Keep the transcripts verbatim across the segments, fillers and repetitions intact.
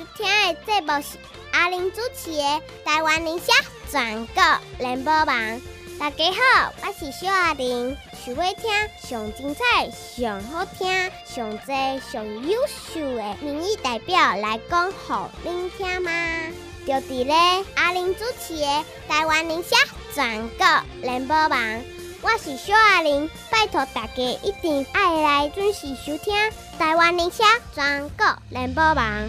听的节目是阿玲主持的台湾人社全国联播网。大家好，我是小阿玲，想要听上精彩、上好听、上多、上优秀的民意代表来讲给您听吗？就伫咧阿玲主持的台湾人社全国联播网。我是小阿玲，拜托大家一定要来准时收听台湾人社全国联播网。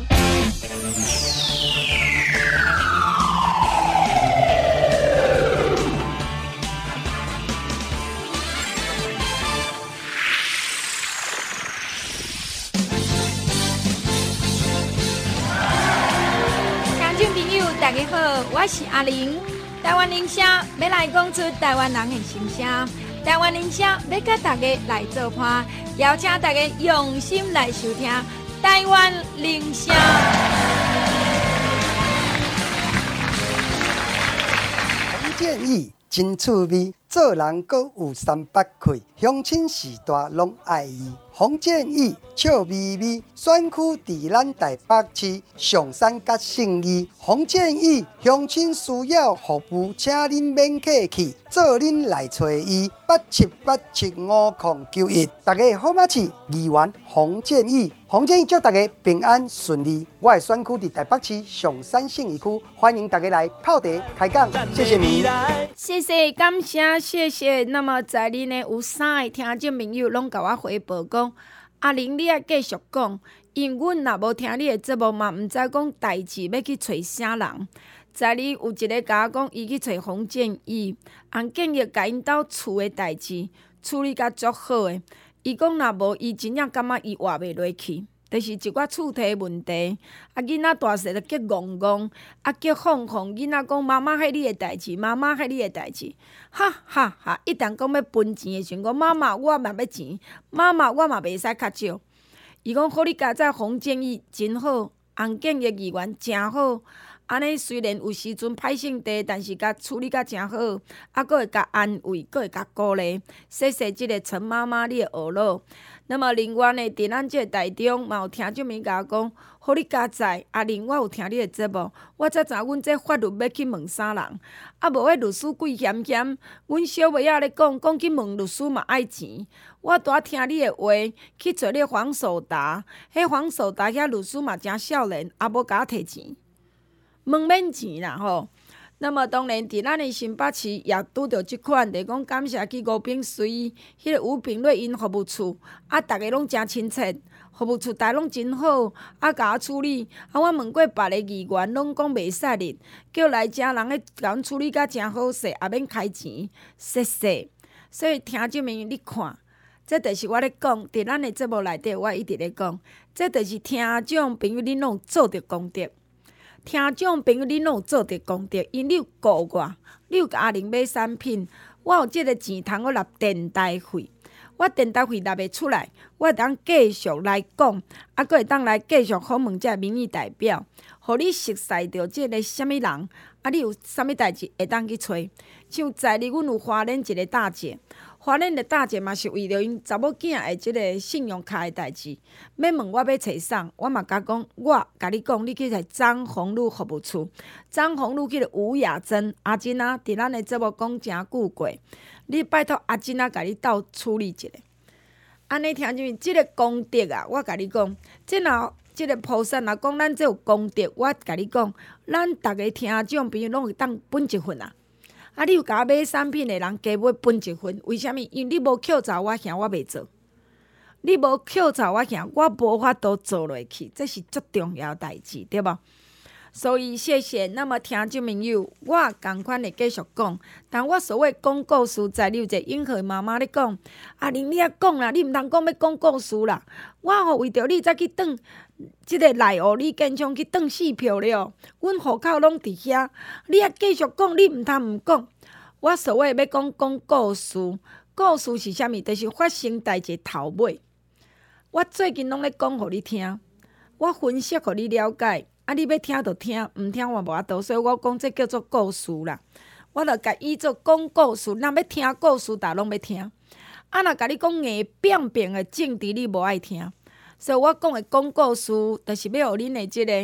听众朋友，大家好，我是阿玲。台湾人社要来讲出台湾人的心声，台湾人社要甲大家来做伴，邀请大家用心来收听台湾人社。 洪建义真趣味，做人阁有三八气，乡亲时代拢爱伊。洪建义笑眯眯，选区伫咱台北市上山甲信义。洪建义乡亲需要服务，请恁免客气，做恁来找伊。八七八七五零九一，大家好吗？是议员洪建义。洪建义祝大家平安顺利。我的选区伫台北市上山信义区，欢迎大家来泡茶开讲，谢谢你。 谢谢，感谢，谢谢。那么在恁呢有三个听众朋友拢甲我回报讲，阿玲你也继续讲，因阮若无听你的节目嘛，毋知讲代志要去找啥人。在哩有一个甲我讲，伊去找洪建义，洪建义甲因兜厝的代志处理甲足好的。伊讲若无，伊真正感觉伊活袂落去。就是一寡厝体问题，啊囡仔大细就结戆戆，啊结哄哄，囡仔讲妈妈迄你的代志，妈妈迄你的代志，哈哈哈！一旦讲要分钱的时阵，讲妈妈我嘛要钱，妈妈我嘛袂使较少。伊讲好，你家在洪建义真好，洪建义议员真好。安尼虽然有时阵歹性地，但是甲处理甲真好，啊，佫会甲安慰，佫会甲鼓励。谢谢即个陈妈妈你的学老。那么另外呢，伫咱即个台中嘛有听众朋友甲我讲，好你加在阿玲，我有听你的节目，我才知阮这法律要去问啥人，啊无迄律师贵嫌嫌，阮小妹仔咧讲，讲去问律师嘛爱钱。我拄仔听你的话，去找你黄守达，迄黄守达遐律师嘛真少年，也无甲我摕钱。问免钱啦吼，那么当然伫咱的新北市也拄着即款，就是讲感谢去吴炳随迄个吴炳瑞因服务处，啊，逐个拢真亲切，服务处大拢真好，啊，甲我处理。啊，我问过别个议员，拢讲袂使哩，叫来遮人咧甲阮处理甲真好势，也免开钱，谢谢。所以听众朋友你看，这就是我咧讲，伫咱的节目内底，我一直咧讲，这就是听众朋友恁拢有做着功德。听众朋友，恁拢有做着功德，因你有顾我，你有甲阿玲买产品，我有即个钱通我纳电台费，我电台费纳袂出来，我会当继续来讲，啊，佫会当来继续访问这民意代表，互你熟悉着即个什物人，啊，你有啥物代志会当去找，像在哩，阮有花莲一个大姐。花莲的大姐嘛是为着因查某囝的即个信用卡的代志，要问我要找啥，我嘛甲讲，我甲你讲，你去找张宏路服务处，张宏路去个吴雅珍阿珍啊，伫咱的节目讲诚久过，你拜托阿珍啊，甲你斗处理一下。安尼听见即个功德啊，我甲你讲，即若即个菩萨若讲咱这有功德，我甲你讲，咱逐个听众朋友拢会当分一份啊。啊！你有甲我买产品的人，加买分一份，为虾米？因为你无扣查我遐，我袂做。你无扣查我遐，我无法度做落去，这是足重要代志，对无？所以谢谢。那么听众朋友，我共款会继续讲。但我所谓讲故事，在你有一个英和妈妈咧讲，阿玲你也讲啦，你毋通讲要讲故事啦。我吼为着你再去转即个内湖李建昌去转四票了，阮户口拢伫遐，你也继续讲，你毋通毋讲。我所谓要讲讲故事，故事是啥物？就是发生代志头尾。我最近拢咧讲互你听，我分析互你了解。啊！你要听就听，毋听我无法度，所以我讲这叫做故事啦。我著甲伊做讲故事，若要听故事，逐拢要听。啊，若甲你讲硬扁扁的政治，你无爱听。所以我讲的讲故事，就是要互恁的即个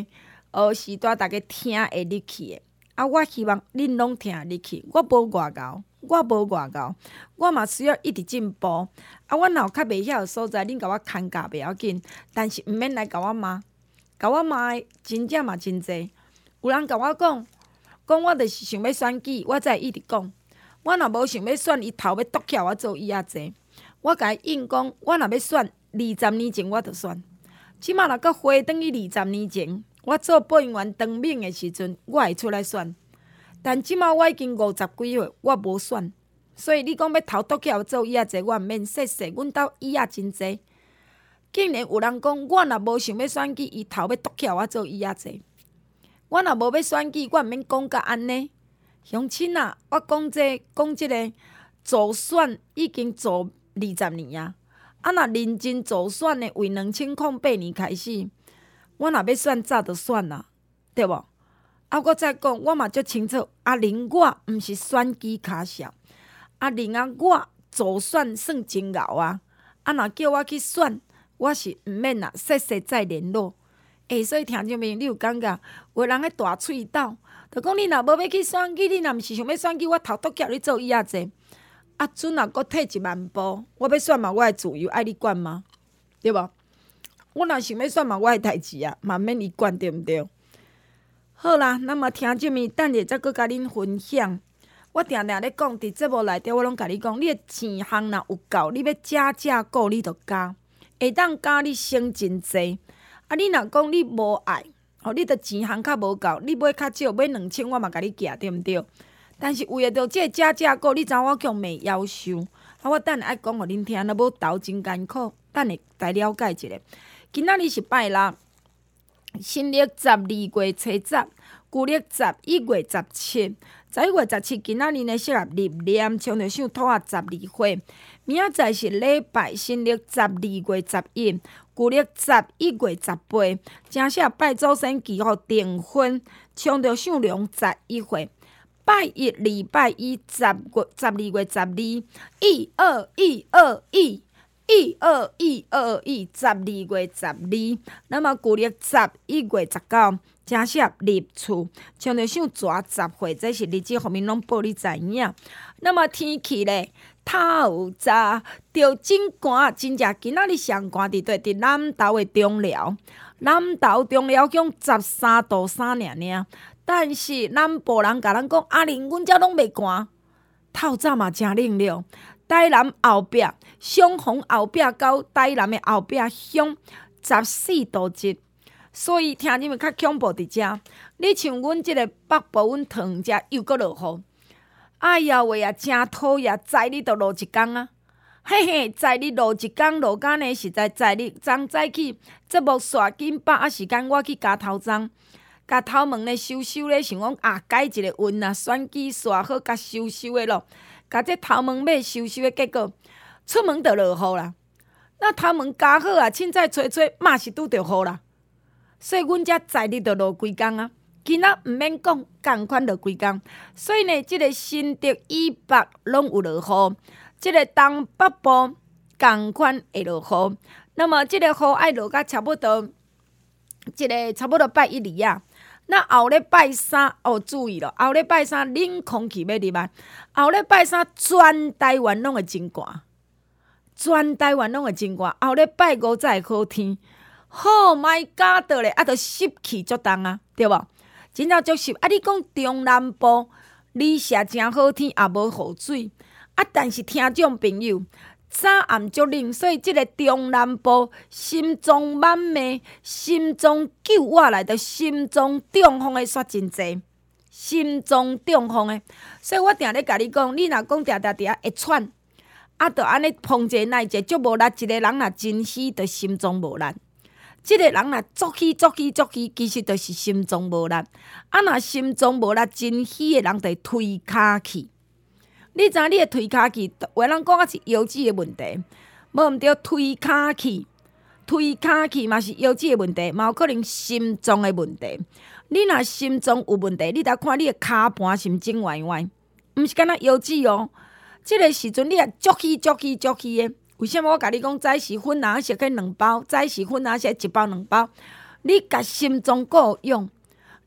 学时代逐个听会入去的。啊，我希望恁拢听入去。我无外高，我无外高，我嘛需要一直进步。啊，我若有较袂晓的所在，恁甲我牵教袂要紧，但是毋免来甲我骂，甲我骂的真正嘛真济。有人甲我讲，讲我著是想要选举，我才会一直讲。我若无想要选，伊头要剁起我做伊仔济。我甲伊应讲，我若要选，二十年前我著选。即马若搁回转去二十年前，我做播音员当兵的时阵，我会出来选。但即马我已经五十几岁，我无选。所以你讲要头剁起我做伊仔济，我毋免说说，阮兜伊仔真济。竟然有人讲，我若无想要选举，伊头要剁起我做伊仔济。我若无要选举，我毋免讲甲安尼。乡亲啊，我讲这讲即个助选已经做二十年啊。啊，若认真助选的，为两千零八年开始，我若要选早就选啦，对无？啊，我再讲，我嘛足清楚，阿玲我毋是选举卡小，阿玲啊，我助选算真牛啊。啊，若叫我去选，我是毋免啦，说说再联络。诶，所以听众朋友，你有感觉有人咧大喙斗，就讲你若无要去选举，你若毋是想要选举，我头拄叫你做伊仔济。啊，阵若搁退一万步，我要选嘛，我的自由，爱你管吗？对无？我若想要选嘛，我的代志啊，嘛免伊管，对毋对？好啦，那么听众们，等下再搁甲恁分享。我定定咧讲，伫节目内底，我拢甲你讲，你的钱项若有够，你要加加购，你著加，会当加你省真济。啊，你若讲你无爱，吼，你著钱项较无够，你买较少，买两千，我嘛甲你寄，对毋对？但是为着即个加价购，你知影我强袂夭寿。啊，我等下爱讲互恁听，那要投真艰苦，等下来了解一下。今仔日是拜六，新历十二月初十，旧历十一月十七。十一月十七，今仔日呢适合入念，唱着首土啊十二岁。明仔载是礼拜，新历十二月十一，旧历十一月十八。正适合拜祖先祈福订婚，唱着首龙十一岁。拜一礼拜一十月十二月十二，一二一二一。一二一二一，十二月十二，那么旧历十一月十九，正适合入厝，唱着首蛇十岁，这是日子后面拢报你知影。那么天气咧，透早着真寒，真正今仔日上寒伫对伫南投的中寮，南投中寮乡十三度三尔尔，但是南部人甲咱讲，阿玲，阮遮拢袂寒，透早嘛真冷了。台南后壁，上洪后壁到台南的后壁乡十四度一，所以听你们较恐怖伫遮。你像阮即个北部，阮塘遮又搁落雨，哎呀喂啊，真讨厌！载日都落一工啊，嘿嘿，载日落一工，落干呢实在载日昨早起，节目煞紧把握时间，我去加头章，加头毛咧收收咧，想讲啊改一个运啊，选举煞好，甲收收的咯。甲这头毛尾收收的，结果出门就落雨啦。那头毛加好啊，凊彩吹吹，嘛是拄着雨啦。所以阮遮在日就落几工啊。今仔毋免讲，共款落几工。所以呢，即、這个新竹以北拢有落雨，即、這个东北部共款会落雨。那么即个雨爱落到差不多，即、這个差不多拜一二啊。那后礼拜三哦，注意咯！后礼拜三冷空气要入来，后礼拜三全台湾拢会真寒，全台湾拢会真寒。后礼拜五才会好天。Oh my god 咧，啊，着湿气足重啊，对无？真正足湿。啊，你讲中南部日射真好天，也无雨水。啊，但是听众朋友。早暗足冷，所以即个中南部心中满mê，心中救我来，着心中中风的煞真济，心中中风的。所以我定咧甲你讲，你若讲定定定会喘，啊，着安尼碰者耐者足无力。一个人若真喜，着心中无力；即个人若足喜足喜足喜，其实着是心中无力。啊，若心中无力，真喜的人着推骹去。你知影你的推骹气，有人讲啊是腰子的问题，无毋对，推骹气，推骹气嘛是腰子的问题，嘛有可能心脏的问题。你若心脏有问题，你得看你的骹盘是毋整歪歪，毋是敢若腰子哦。即、這个时阵你也足气足气足气的。为什么我甲你讲早时粉啊，食去两包，早时粉啊，食一包两包，你甲心脏够用，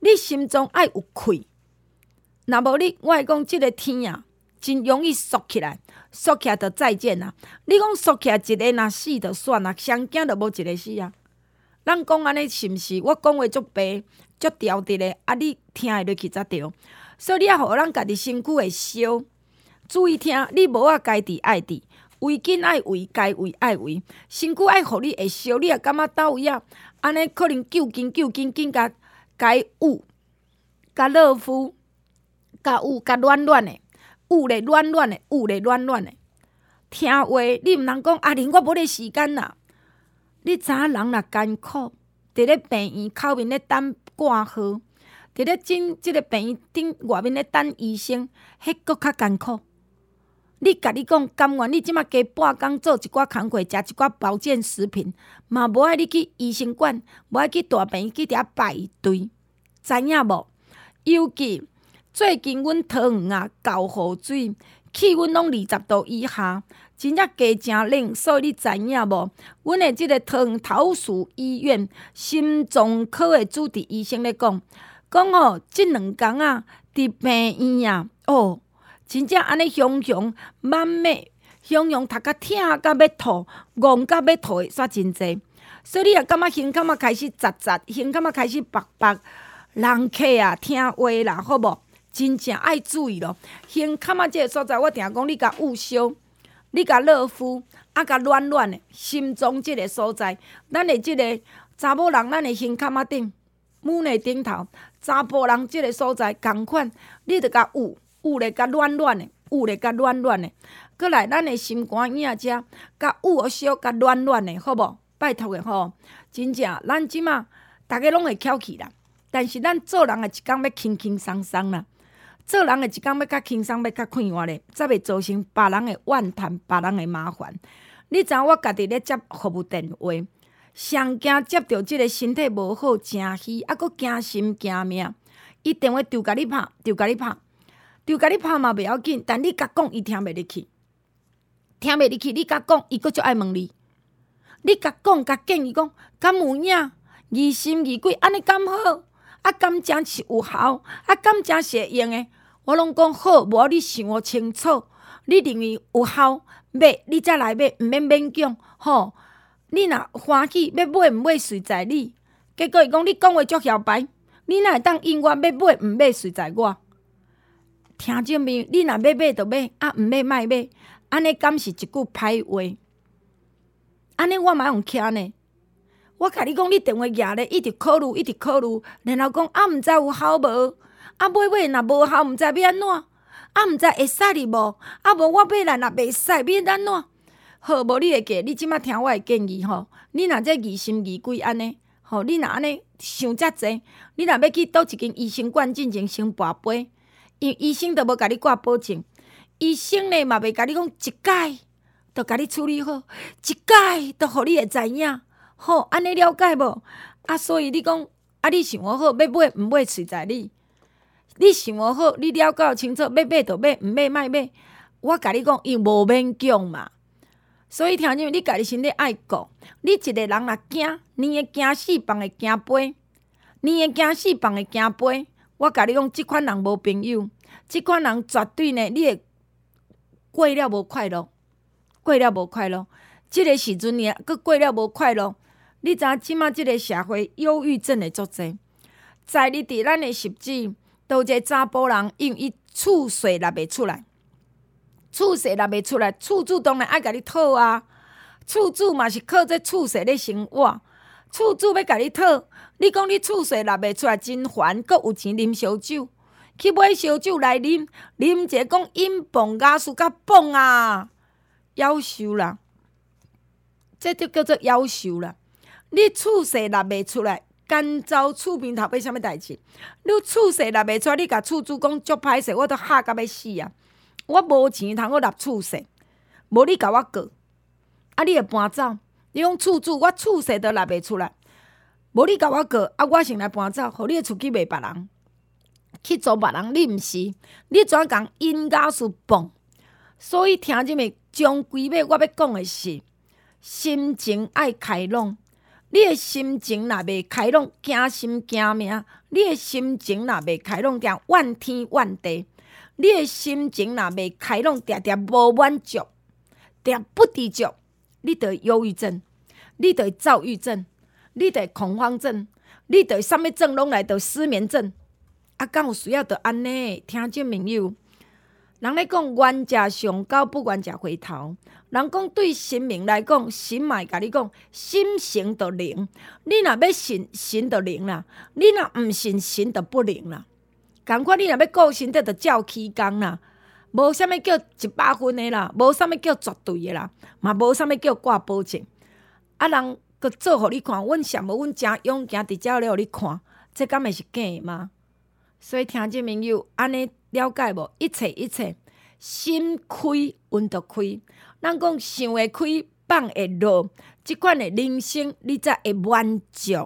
你心中爱有气。若无你，我会讲即个天啊，真容易缩起来，缩起来就再见啦。你讲缩起来一个若死就算啦，相惊就无一个死啊。咱讲安尼是毋是？我讲话足白足调直的，啊，你听会落去才对。所以你要互咱家己身躯会烧，注意听，你无啊该治爱治，为紧爱为，该为爱为，身躯爱互你会烧，你也感觉到位啊。安尼可能救紧救紧紧甲该捂，甲热敷。甲有甲软软的，有咧软软的，有咧软软的。听话，你毋通讲阿玲，我无咧时间啦。你知影人若艰苦，伫咧病院口面咧等挂号，伫咧诊即个病院顶外面咧等医生，迄搁较艰苦。你甲你讲，甘愿你即马加半工做一寡工课，食一寡保健食品，嘛无爱你去医生馆，无爱去大病院去遐排队，知影无？尤其最近阮桃园啊，交雨水，气温拢二十度以下，真正加诚冷。所以你知影无？阮的即个桃园桃树医院心脏科的主治医生咧讲，讲吼，即两工啊，伫病院啊，哦，真正安尼熊熊满满，熊熊读甲疼甲要吐，戆甲要吐的煞真济。所以你也感觉胸坎仔开始扎扎，胸坎仔开始白白，人客啊听话啦，好无？真正爱注意咯，胸坎仔即个所在，我定讲你甲捂烧，你甲热敷，啊甲软软的，心脏即个所在，咱的即个查某人，咱的胸坎仔顶、母内顶头，查甫人即个所在共款，你着甲捂，捂咧甲软软的，捂咧甲软软的，过来咱的心肝影遮，甲捂烧甲软软的，好无？拜托的吼，真正咱即马逐个拢会翘起啦，但是咱做人的一工要轻轻松松啦。做人的一工要较轻松，要较快活咧，才袂造成别人的怨叹、别人的麻烦。你知影我家己咧接服务电话，上惊接到即个身体无好、诚虚，啊，佫惊心惊命。伊电话就甲你拍，就甲你拍，就甲你拍嘛袂要紧，但你甲讲，伊听袂入去，听袂入去。你甲讲，伊佫足爱问你。你甲讲，甲建议讲，敢有影？疑心疑鬼，安尼敢好？啊，敢真是有效？啊，敢真是会用的？我拢讲好，无你想清楚。你认为有效，买你才来买，毋免勉强。吼，你若欢喜要买毋买随在你。结果伊讲你讲话足晓白，你哪会当因我要买毋买随在我？听众朋友，你若要买就买，啊，毋买莫买，安尼敢是一句歹话？安尼我嘛用徛呢？我甲你讲，你电话举咧，一直考虑，一直考虑，然后讲啊，毋知有效无？啊，买买若无效，毋知要安怎？啊，毋知会使哩无？啊，无我买来若袂使，要安怎？好，无你会记，你即马听我的建议吼，你若这疑心疑鬼安尼，吼，你若安尼想遮济，你若要去倒一间医生馆进行先跋杯，因为医生都无甲你挂保证，医生呢嘛袂甲你讲一解，就甲你处理好，一解都互你会知影。好，安尼了解无？啊，所以你讲，啊，你想好要买毋买随在你。你想好，你了解清楚，要买就买，毋买莫买。我甲你讲，伊无勉强嘛。所以听见你家己身体爱顾，你一个人若惊，你会惊死，放会惊飞，你会惊死，放会惊飞。我甲你讲，即款人无朋友，即款人绝对呢，你会过了无快乐，过了无快乐。即个时阵呢，佫过了无快乐。你知影即马即个社会忧郁症的足济，在你伫咱的实质，都有一个查甫人，因为伊厝税纳袂出来，厝税纳袂出来，厝主当然爱甲你讨啊，厝主嘛是靠这厝税咧生活，厝主要甲你讨，你讲你厝税纳袂出来真烦，佫有钱啉烧酒，去买烧酒来啉，啉者讲饮蹦雅素甲蹦啊，夭寿啦，这就叫做夭寿啦。你厝税纳袂出来，干走厝边头尾啥物代志？你厝税纳袂出来，你甲厝主讲足歹势，我都吓甲要死啊！我无钱通我纳厝税，无你甲我过，啊，你会搬走？你讲厝主，我厝税都纳袂出来，无你甲我过，啊，我先来搬走，互你的厝去卖别人，去做别人，你毋是？你怎讲因假是蹦？所以听即个，终归尾我要讲的是，心情爱开朗。 你的心情若袂开朗，惊心惊命；你的心情若袂开朗，定怨天怨地；你的心情若袂开朗，定定无满足，定不知足，你就会忧郁症，你就会躁郁症，你就会恐慌症，你就会啥物症拢来到失眠症。啊，敢有需要着安尼？听众朋友，人咧讲冤家上高不冤家回头。人讲对神明来讲，神嘛会甲你讲，心诚就灵。你若要信，神就灵啦；你若毋信，神就不灵啦。共款你若要顾身体，就照起工啦。无啥物叫一百分的啦，无啥物叫绝对的啦，嘛无啥物叫挂保证。啊，人佮做互你看，阮羡慕阮真勇行伫遮了，互你看，这敢会是假的吗？所以听众朋友，安尼了解无？一切一切，心开运就开。咱讲想会开，放会落，即款的人生你才会满足。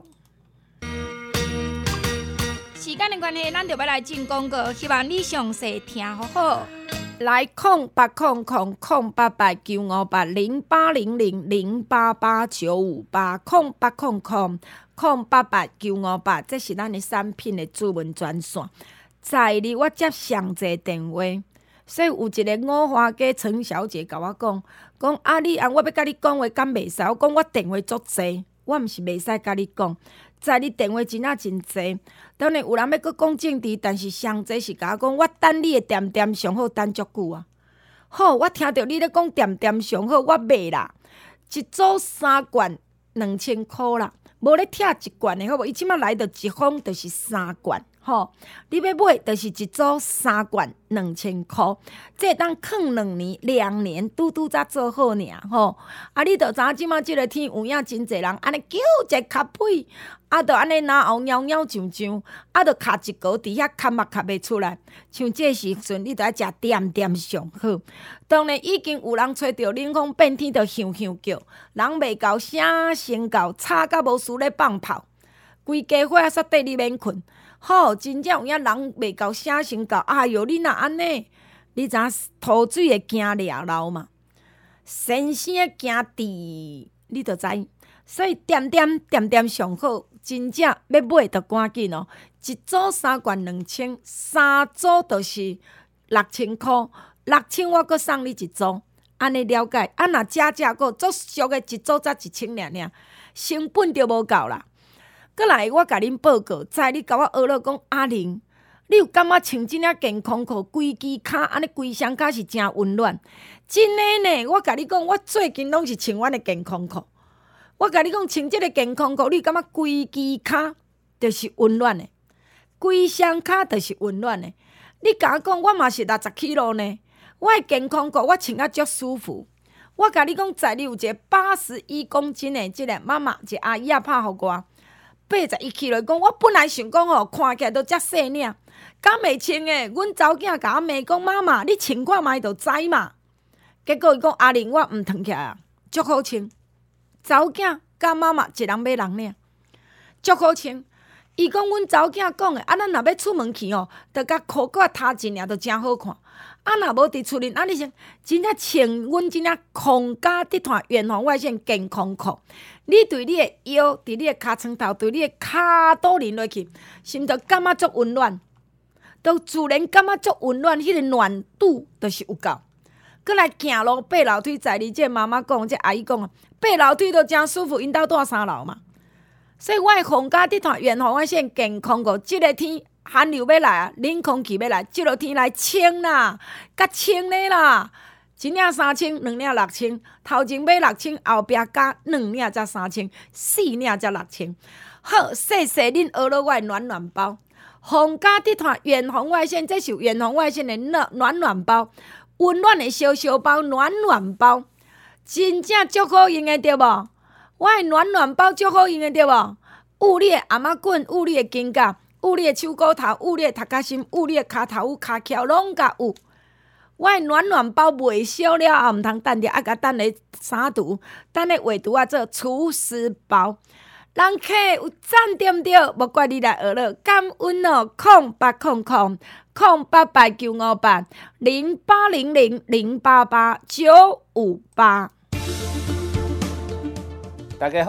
时间的关系，咱就要来进广告，希望你详细听好好。来空八空空空八八九五八零八零零零八八九五八空八空空空八八九五八，这是咱的产品的主文专线。在你我接上济电话。所以有一个五花街陈小姐甲我讲，讲啊你啊，我要甲你讲话，敢袂使？我讲我电话足济，我毋是袂使甲你讲。在你电话真啊真济，当然有人要搁讲政治，但是上济是甲我讲，我等你的店店上好等足久啊。好，我听到你咧讲店店上好，我买啦，一组三罐两千箍啦，无咧拆一罐的好无？伊即摆来着一封就是三罐。吼，你要买就是一组三罐两千箍，这当放两年、两年，拄拄才做好尔吼。啊，你着知影即马即个天有影真侪人安尼叫一卡屁，啊，着安尼拿后袅袅上上，啊，着卡一膏伫遐卡目卡袂出来。像这时阵，你着爱食点点上好。当然已经有人找着冷风变天，着响响叫，人袂够声先够，吵甲无输咧放炮，规家伙啊煞缀你免困。好，真正有影人袂够声先够，哎哟，你若安尼，你知影土水会惊掠流嘛？先生惊地，你着知。所以点点点点上好，真正要买着赶紧哦。一组三罐两千，三组就是六千箍，六千我阁送你一组，安尼了解。啊，若加价阁足俗的一组才一千尔尔，成本就无够啦。过来，我甲恁报告，在你甲我学了讲阿玲，你有感觉穿即领健康裤，规支骹安尼规双骹是真温暖？真诶呢，我甲你讲，我最近拢是穿阮的健康裤。我甲你讲，穿即个健康裤，你感觉规支骹就是温暖的，规双骹就是温暖的。你甲我讲，我嘛是六十公斤呢，我的健康裤我穿啊足舒服。我甲你讲，在你有一个八十一公斤的即个妈妈，一个阿姨啊拍互我。八十一起来讲，我本来想讲吼，看起来都遮细领，敢袂穿诶？阮查某囝甲我骂讲，妈妈，你穿看卖就知嘛。结果伊讲阿玲，我毋脱起来啊，足好穿。查某囝甲妈妈一人买人领，足好穿。伊讲阮查某囝讲诶，啊，咱若要出门去吼，着甲裤脚踏一尔，着真好看。啊，若无伫厝里，啊，你先真正穿阮真正空家伫团远红外线健康裤，你对你的腰、伫你的尻川头、对你的骹肚淋落去，是毋着感觉足温暖？都自然感觉足温暖，迄、那个暖度就是有够。过来行路爬楼梯，在你这妈妈讲，这阿姨讲啊，爬楼梯都真舒服，因兜住三楼嘛。所以我的空家伫团远红外线健康裤，即、这个天。寒流要来啊，冷空气要来，即落天来清啦，甲清咧啦，一领三千，两领六千，头前买六千，后壁加两领才三千，四领才六千。好，谢谢恁学了我的暖暖包，皇家集团远红外线，这是远红外线的暖暖暖包，温暖的小小包，暖暖包，真正足好用的对无？我的暖暖包足好用的对无？捂你的阿妈棍，捂你的肩胛。捂你的手骨头，捂你的头壳心，捂你的骹头有骹翘，拢甲有。我的暖暖包卖烧了后，毋通等着，啊，甲等咧三图，等咧画图啊做厨师包。人客有赞点着，无怪你来学了，感恩哦！空八空空空八八九五八零八零零零八八九五八。 大家好。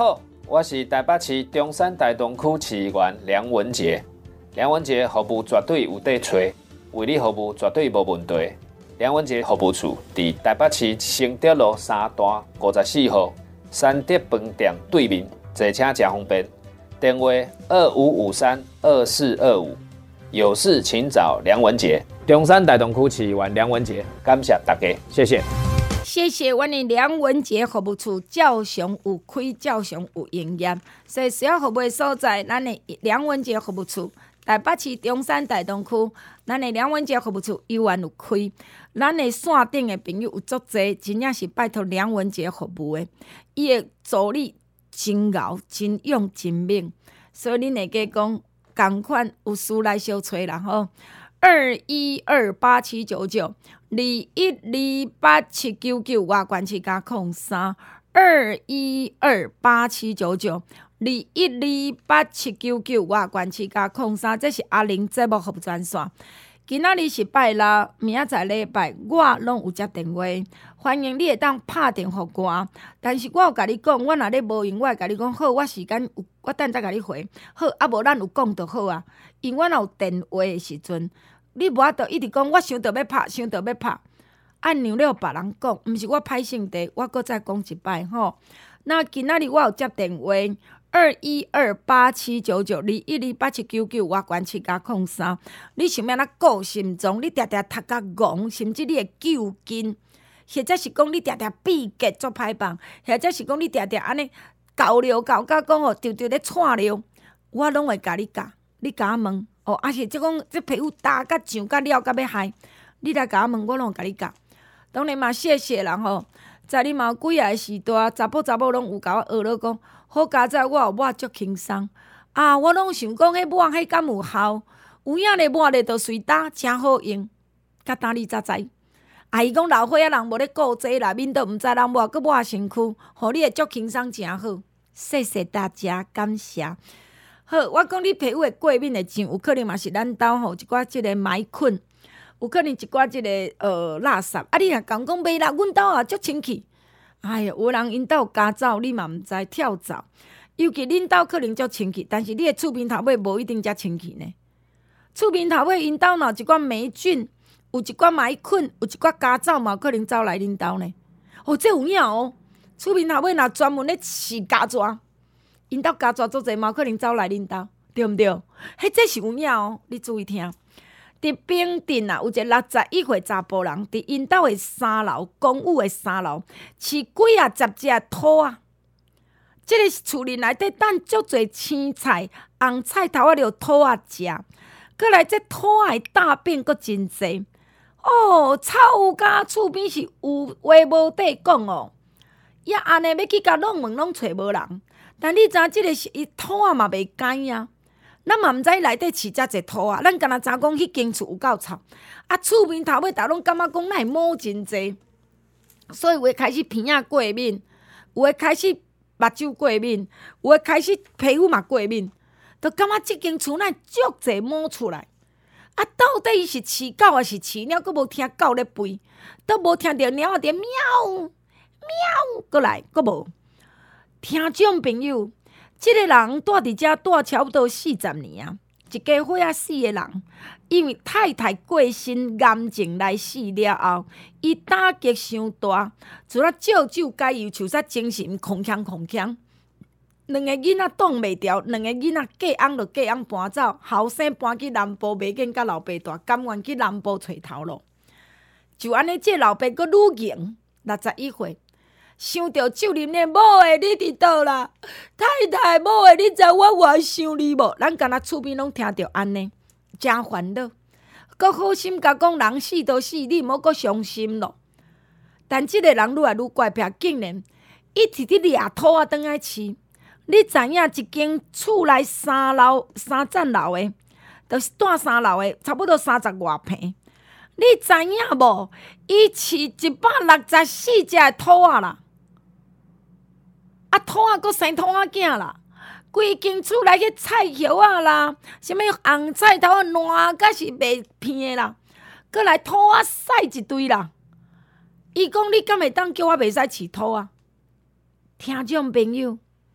我是台北市中山大东区市议员梁文杰。梁文杰服务绝对有底找，为你服务绝对无问题。梁文杰服务处伫台北市承德路三段五十四号三德饭店对面，坐车真方便。电话二五五三二四二五，有事请找梁文杰。中山大东区市议员梁文杰，感谢大家，谢谢。 谢谢阮的梁文杰服务处，照常有开，照常有营业。所以需要服务的所在，咱的梁文杰服务处。台北市中山大东区，咱的梁文杰服务处永远有开。咱的线顶的朋友有足侪，真正是拜托梁文杰服务的。伊的助理真熬、真勇、真猛，所以恁会记讲，共款有事来相找啦吼。二一二八七九九，二一二八七九九，外关市加空三。二一二八七九九。二一二八七九九，外关市加空三，这是阿玲节目服务专线。今仔日是拜六，明仔载礼拜，我拢有接电话，欢迎你会当拍电互我。但是我有甲你讲，我若咧无用，我会甲你讲好，我时间有，我等再甲你回。好，啊无咱有讲就好啊。因为我若有电话的时阵，你无法度一直讲，我想到要拍，想到要拍，按钮了别人讲，毋是我歹性地，我搁再讲一摆吼。那今仔日我有接电话。二一二八七九九，二一二八七九九，外关市加空三。你想要哪顾心脏？你常常读甲戆，甚至你会揪筋，或者是讲你常常闭结做歹棒，或者是讲你常常安尼搞流搞甲讲哦，直直咧串流，我拢会甲你教，你甲我问哦，啊是即讲即皮肤打甲上甲了甲要害，你来甲我问，我拢会甲你教。当然嘛，谢谢啦吼，在你嘛几啊个时代，查甫查某拢有甲我学了讲。好佳哉，我有抹足轻松啊！我拢想讲，迄抹迄敢有效？有影咧抹咧，就随打，真好用。甲呾你才知。啊，伊讲老岁仔人无咧顾这啦，免得毋知人抹，佮抹身躯，互你会足轻松，真好。谢谢大家，感谢。好，我讲你皮肤的过敏的症，有可能嘛是咱兜吼一寡即个霾菌，有可能一寡即个呃垃圾。啊，你若讲讲袂啦，阮兜也足清气。哎呀，有人因兜加走，你嘛毋知跳蚤。尤其恁兜可能足清气，但是你的厝边头尾无一定遮清气呢。厝边头尾因兜若有一寡霉菌，有一寡霾菌，有一寡加走嘛，可能走来恁兜呢。哦，这有影哦。厝边头尾若专门咧饲家蛇，因兜家蛇足侪嘛，可能走来恁兜，对毋对？迄这是有影哦，你注意听。伫平镇啊，有一个六十一岁查甫人，伫因兜的三楼公寓的三楼，饲几啊十只兔啊。即、这个厝里内底等足侪青菜、红菜头啊，着兔啊食。过来，这兔仔的大便阁真济。哦，臭甲厝边是有话无底讲哦。也安尼要去甲弄门拢找无人。但你知影即个是伊兔仔嘛袂干啊。咱嘛毋知内底饲遮济兔啊，咱敢若知讲迄间厝有够臭，啊厝边头尾逐拢感觉讲咱毛真济，所以有诶开始鼻仔过敏，有诶开始目睭过敏，有诶开始皮肤嘛过敏，就感觉即间厝内足济毛出来。啊，到底是饲狗还是饲猫？佫无听狗咧吠，都无听着猫仔伫喵喵，过来佫无。听众朋友。即个人住伫遮住差不多四十年啊，一家伙仔死的人，因为太太过身，癌症来死了后，伊打击伤大，除了照酒解忧，就煞精神空腔空腔。两个囡仔挡袂牢，两个囡仔嫁翁就嫁翁搬走，后生搬去南部，袂见甲老爸大，甘愿去南部找头路。就安尼，这老爸阁愈硬，六十一岁。想着酒啉的某的你伫倒啦？太太某的你知我偌想你无？咱敢若厝边拢听着安尼，真烦恼。阁好心甲讲人死都死，你莫阁伤心咯。但即个人愈来愈怪癖，竟然一直伫掠兔仔转来饲。你知影一间厝内三楼三层楼的，就是住三楼的，差不多三十外平。你知影无？伊饲一百六十四只的兔仔啦。啊，兔仔阁生兔仔囝啦，规间厝内去菜叶啊啦，什物红菜头啊烂甲是袂片的啦，阁来兔仔屎一堆啦。伊讲你敢会当叫我袂使饲兔仔？听众朋友，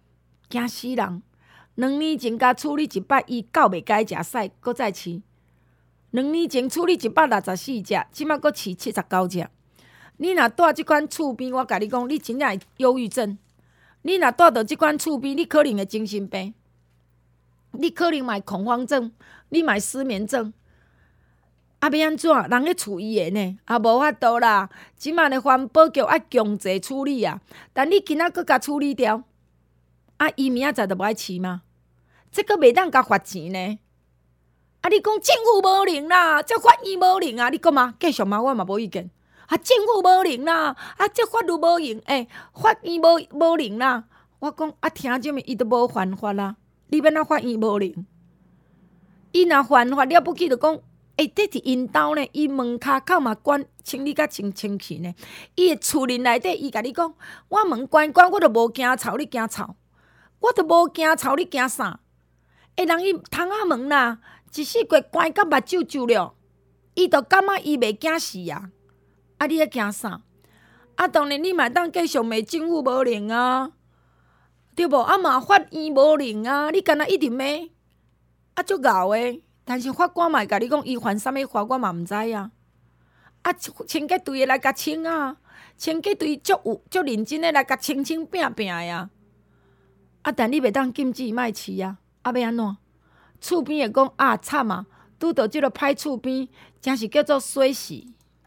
惊死人。两年前甲处理一摆，伊狗袂该食屎，搁再饲。两年前处理一百六十四只，即摆搁饲七十九只。你若住即款厝边，我甲你讲，你真正会忧郁症。你若住到即款厝边，你可能会精神病，你可能嘛会恐慌症，你嘛会失眠症。啊，要安怎？人咧厝伊的呢，啊无法度啦。即摆的环保局爱强制处理啊，但你今仔搁甲处理掉，啊，伊明仔载就无爱饲吗？这个袂当甲罚钱呢。啊，你讲政府无能啦，这法院无能啊，你讲嘛？继续嘛，我嘛无意见。啊，政府无能啦，啊，这法律无用，诶、欸，法院无无能啦。我讲啊，听这么伊都无犯法啦，你要哪法院无能？伊若犯法了不起，就讲，诶、欸，这是因兜呢，伊门骹口嘛关清理甲清清气呢。伊的厝林内底，伊甲你讲，我门关关，我都无惊臭，你惊臭？我都无惊臭，你惊啥？诶、欸，人伊窗仔门啦，一世过关甲目睭皱了，伊就感觉伊袂惊死啊！啊，你咧惊啥？啊，当然你嘛当继续骂政府无能啊，对无？啊嘛法院无能啊，你干那一直骂，啊足敖诶！但是法官嘛会甲你讲，伊犯啥物法，我嘛毋知啊。啊，清洁队诶来甲清啊，清洁队足有足认真诶来甲清清拼拼诶啊。啊，但你袂当禁止伊莫饲啊，啊要安怎？厝边会讲啊惨啊，拄到即个歹厝边，真是叫做水死。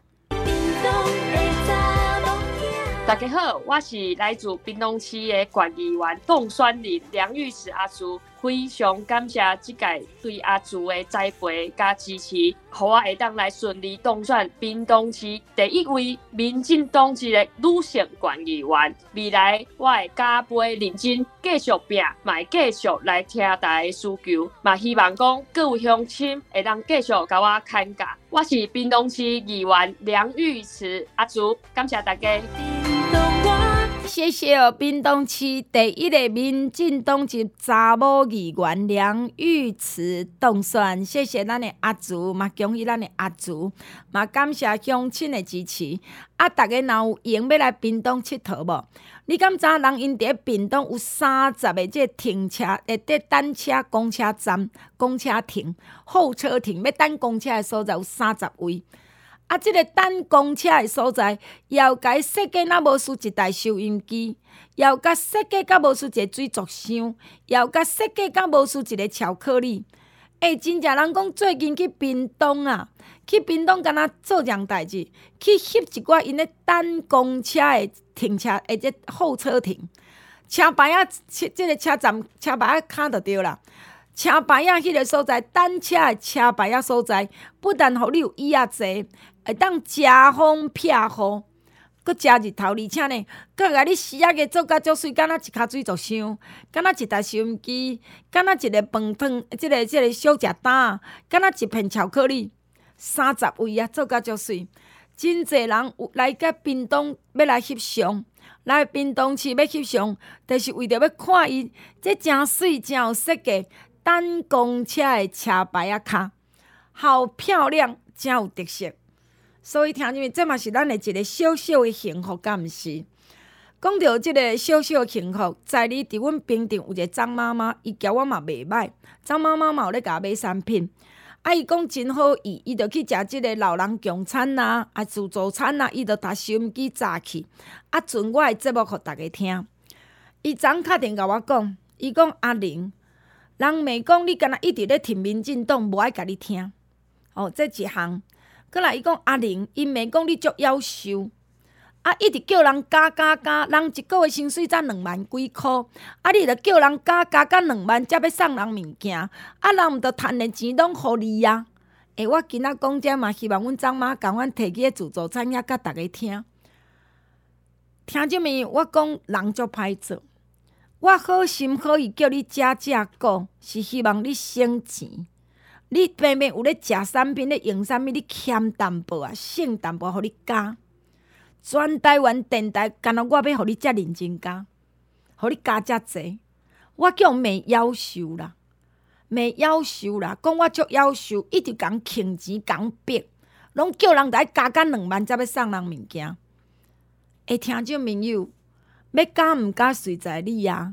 大家好，我是来自屏东市的县议员董选人梁玉慈阿叔，非常感谢这届对阿叔的栽培加支持，让我会当来顺利当选屏东市第一位民进党籍的女性县议员。未来我会加倍认真，继续拼，嘛会继续来听大家的需求，嘛希望讲各位乡亲会当继续甲我看价。我是屏东市议员梁玉慈阿叔，感谢大家。 谢谢哦，屏东市第一个民进党籍查某议员梁玉慈当选，谢谢咱的阿祖，嘛恭喜咱的阿祖，嘛感谢乡亲的支持。啊，大家若有闲要来屏东佚佗无？你敢知人因伫屏东有三十个这停车，诶，伫单车公车站、公车亭、候车亭，要等公车的所在有三十位。啊，即、这个等公车的所在，要甲伊设计若无输一台收音机，要甲设计甲无输一个水族箱，要甲设计甲无输一个巧克力。诶、欸，真正人讲最近去屏东啊，去屏东敢若做样代志，去翕一寡因咧等公车的停车，诶，即候车亭，车牌啊，即、这个车站车牌啊卡就对啦。车牌啊，迄个所在，等车的车牌啊所在，不但互你有椅仔坐，会当遮风避雨，搁遮日头，而且呢，搁甲你洗啊个做甲足水，敢若一骹水族箱，敢若一台收音机，敢若一个饭汤，即、这个即、这个小食单，敢若一片巧克力，三十位啊，做甲足水，真侪人有来甲屏东要来翕相。来屏东市要翕相，就是为着要看伊这真水、真有设计。等公车的车牌啊卡，好漂亮，真有特色。所以听入面，这嘛是咱的一个小小的幸福，敢毋是？讲到即个小小的幸福，在你伫阮平顶有一个张妈妈，伊交我嘛袂歹。张妈妈嘛有咧甲我买产品，啊，伊讲真好意，伊就去食即个老人共餐呐，啊自助餐呐，伊就搭收音机早起，啊，存我的节目互大家听。伊昨敲电甲我讲，伊讲阿玲。人骂讲你敢若一直咧挺民进党，无爱甲你听。哦，这一项。过来伊讲阿玲，伊骂讲你足夭寿，啊一直叫人加加加，人一个月薪水才两万几箍，啊你著叫人加加加两万，才要送人物件，啊人毋着趁的钱拢互你啊。诶，我今仔讲这嘛，希望阮张妈共阮摕去个自助餐也甲大家听。听即面，我讲人足歹做。我好心好意叫你食食果，是希望你省钱。你偏偏有咧食产品咧用啥物？你欠淡薄啊，省淡薄，互你加。全台湾电台，干那我要互你遮认真加，互你加遮济。我叫骂夭寿啦，骂夭寿啦，讲我足夭寿，一直共欠钱共逼，拢叫人来加加两万才要送人物件。会听众朋友。要加毋加随在你啊！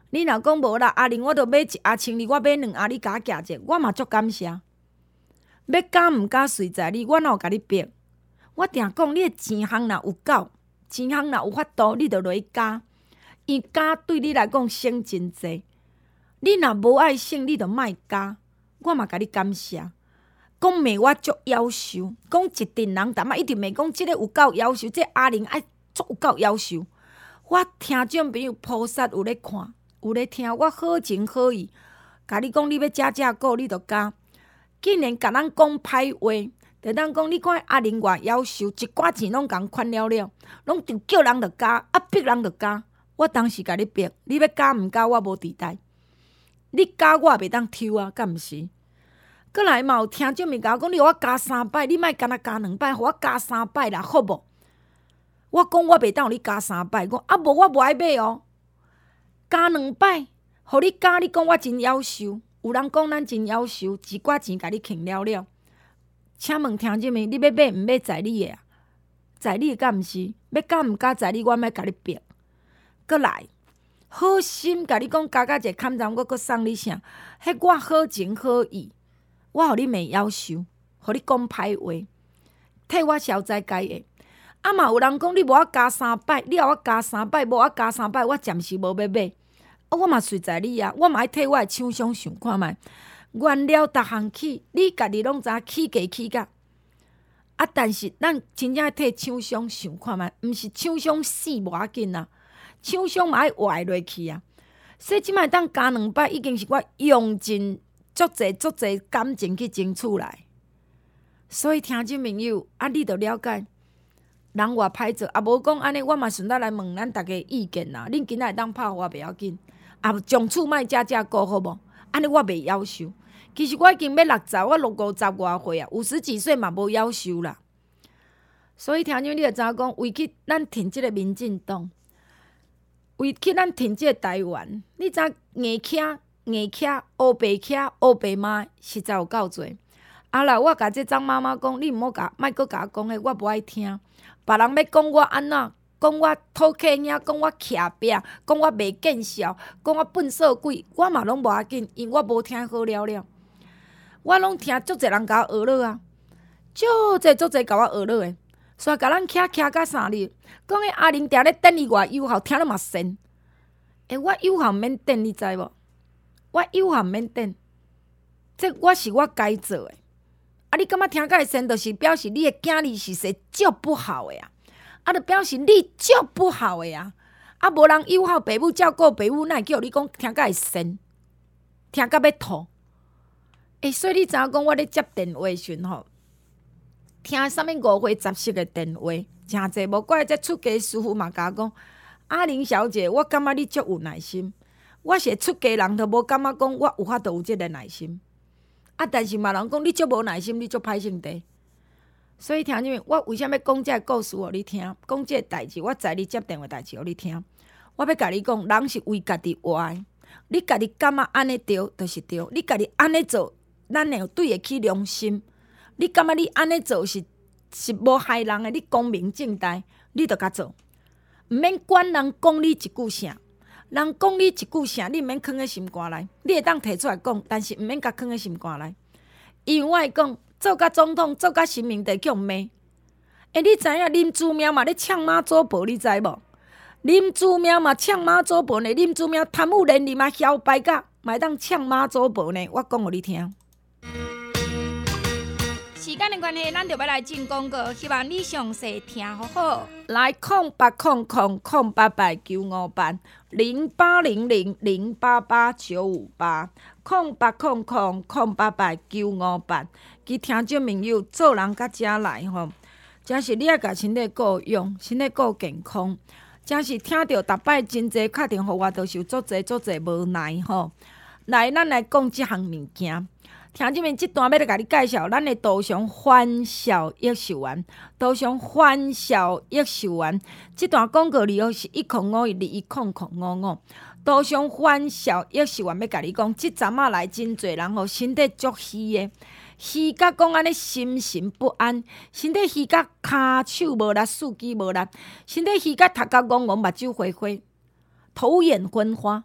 你若讲无啦，阿玲，我著买一盒青梨，我买两盒，你甲我寄者，我嘛足感谢。要加毋加随在你，我哪有甲你逼？我定讲，你的钱项若有够，钱项若有法度，你著落去加。伊加对你来讲省真济。你若无爱省，你著莫加。我嘛甲你感谢。讲骂我足夭寿，讲一群人淡仔一直骂讲，即个有够夭寿，即阿玲爱足有够夭寿。我听众朋友菩萨有咧看，有咧听，我好情好意，甲你讲，你要食食果，你著加。竟然甲咱讲歹话，就当讲你看阿玲偌夭寿，一寡钱拢共款了了，拢就叫人著加，啊逼人著加。我当时甲你逼，你要加毋加，我无地带。你加我也袂当抽啊，敢毋是？过来嘛有听众咪甲我讲，你互我加三摆，你莫干那加两摆，互我加三摆啦，好无？我讲我袂当互你加三摆，讲啊无我无爱买哦，加两摆，互你加，你讲我真夭寿。有人讲咱真夭寿，一寡钱甲你欠了了。请问听众们，你要买毋买在你的啊？在你的敢毋是？要加毋加在你，我莫甲你逼。过来，好心甲你讲，加加一个坎站，我搁送你啥？迄我好情好意，我互你袂夭寿，互你讲歹话，替我消灾解厄。啊嘛有人讲你无我加三摆，你互我加三摆，无我加三摆，我暂时无要买。啊，我嘛随在你啊，我嘛爱替我的厂商想看觅，原料逐项起，你家己拢知影起价起价。啊，但是咱真正替厂商想看觅，毋是厂商死无要紧啊，厂商嘛爱活落去啊。所以即摆当加两摆，已经是我用尽足侪足侪感情去争取来。所以听众朋友，啊，你着了解。人偌歹做，啊无讲安尼，我嘛顺带来问咱逐家意见啦。恁今仔会当拍我袂要紧，啊从此莫食食过好无？安尼我袂夭寿。其实我已经要六十，我六五十外岁啊，五十几岁嘛无夭寿啦。所以听众你着知影讲，为去咱挺即个民进党，为去咱挺即个台湾，你知硬徛硬徛乌白徛乌白妈，实在有够侪。啊啦，我甲即张妈妈讲，你毋好甲，莫阁甲我讲诶，我无爱听。别人要讲我安怎，讲我讨客兄，讲我徛壁，讲我袂见效，讲我笨色鬼，我嘛拢无要紧，因我无听好了了。我拢听足侪人甲我学了啊，足侪足侪甲我学了诶。所以甲咱徛徛甲三日，讲迄阿玲定咧等伊偌友好，听了嘛神。诶，我友好免等，你知无？我友好免等，这我是我该做诶。啊！你感觉听甲会神，就是表示你的囝儿是说足不好的啊！啊，就表示你足不好的啊！啊，无人友好，爸母照顾爸母，哪会叫你讲听甲会神？听甲要吐。诶、欸，所以你知影讲我咧接电话时吼，听啥物五花杂色的电话，诚济无怪这出家师傅嘛甲我讲，阿玲小姐，我感觉你足有耐心。我是出家人，都无感觉讲我有法度有即个耐心。啊！但是嘛，人讲你足无耐心，你足歹性地。所以听你，我为虾米讲这个故事互你听？讲这个代志，我在你接电话代志互你听。我要甲你讲，人是为家己活的。你家己感觉安尼对，就是对；你家己安尼做，咱会对得起良心。你感觉你安尼做是是无害人的，你光明正大，你着甲做，毋免管人讲你一句啥。人讲你一句啥，你毋免囥喺心肝内，你会当摕出来讲，但是毋免甲囥喺心肝内。因为我会讲，做甲总统，做甲新民地叫骂。诶，你知影林志妙嘛咧呛妈祖婆，你知无？林志妙嘛呛妈祖婆呢？林志妙贪污连连嘛嚣摆甲，嘛会当呛妈祖婆呢？我讲互你听。时间的关系，咱就要来进广告，希望你详细听好好。来，空八空空空八八九五八零八零零零八八九五八，空八空空空八八九五八。其听众朋友，做人甲遮来吼，真是你爱甲身体顾用，身体顾健康，真是听着逐摆真济，确定互我都是有足济足济无奈吼。来，咱来讲即项物件。听即面即段要来甲你介绍咱的杜尚欢笑益寿丸，杜尚欢笑益寿丸。即段广告里头是一空五一二一空空五五。杜尚欢笑益寿丸要甲你讲，即阵仔来真侪人吼身体足虚的，虚甲讲安尼心神不安，身体虚甲骹手无力，四肢无力，身体虚甲头壳戆戆，目睭花花，头眼昏花。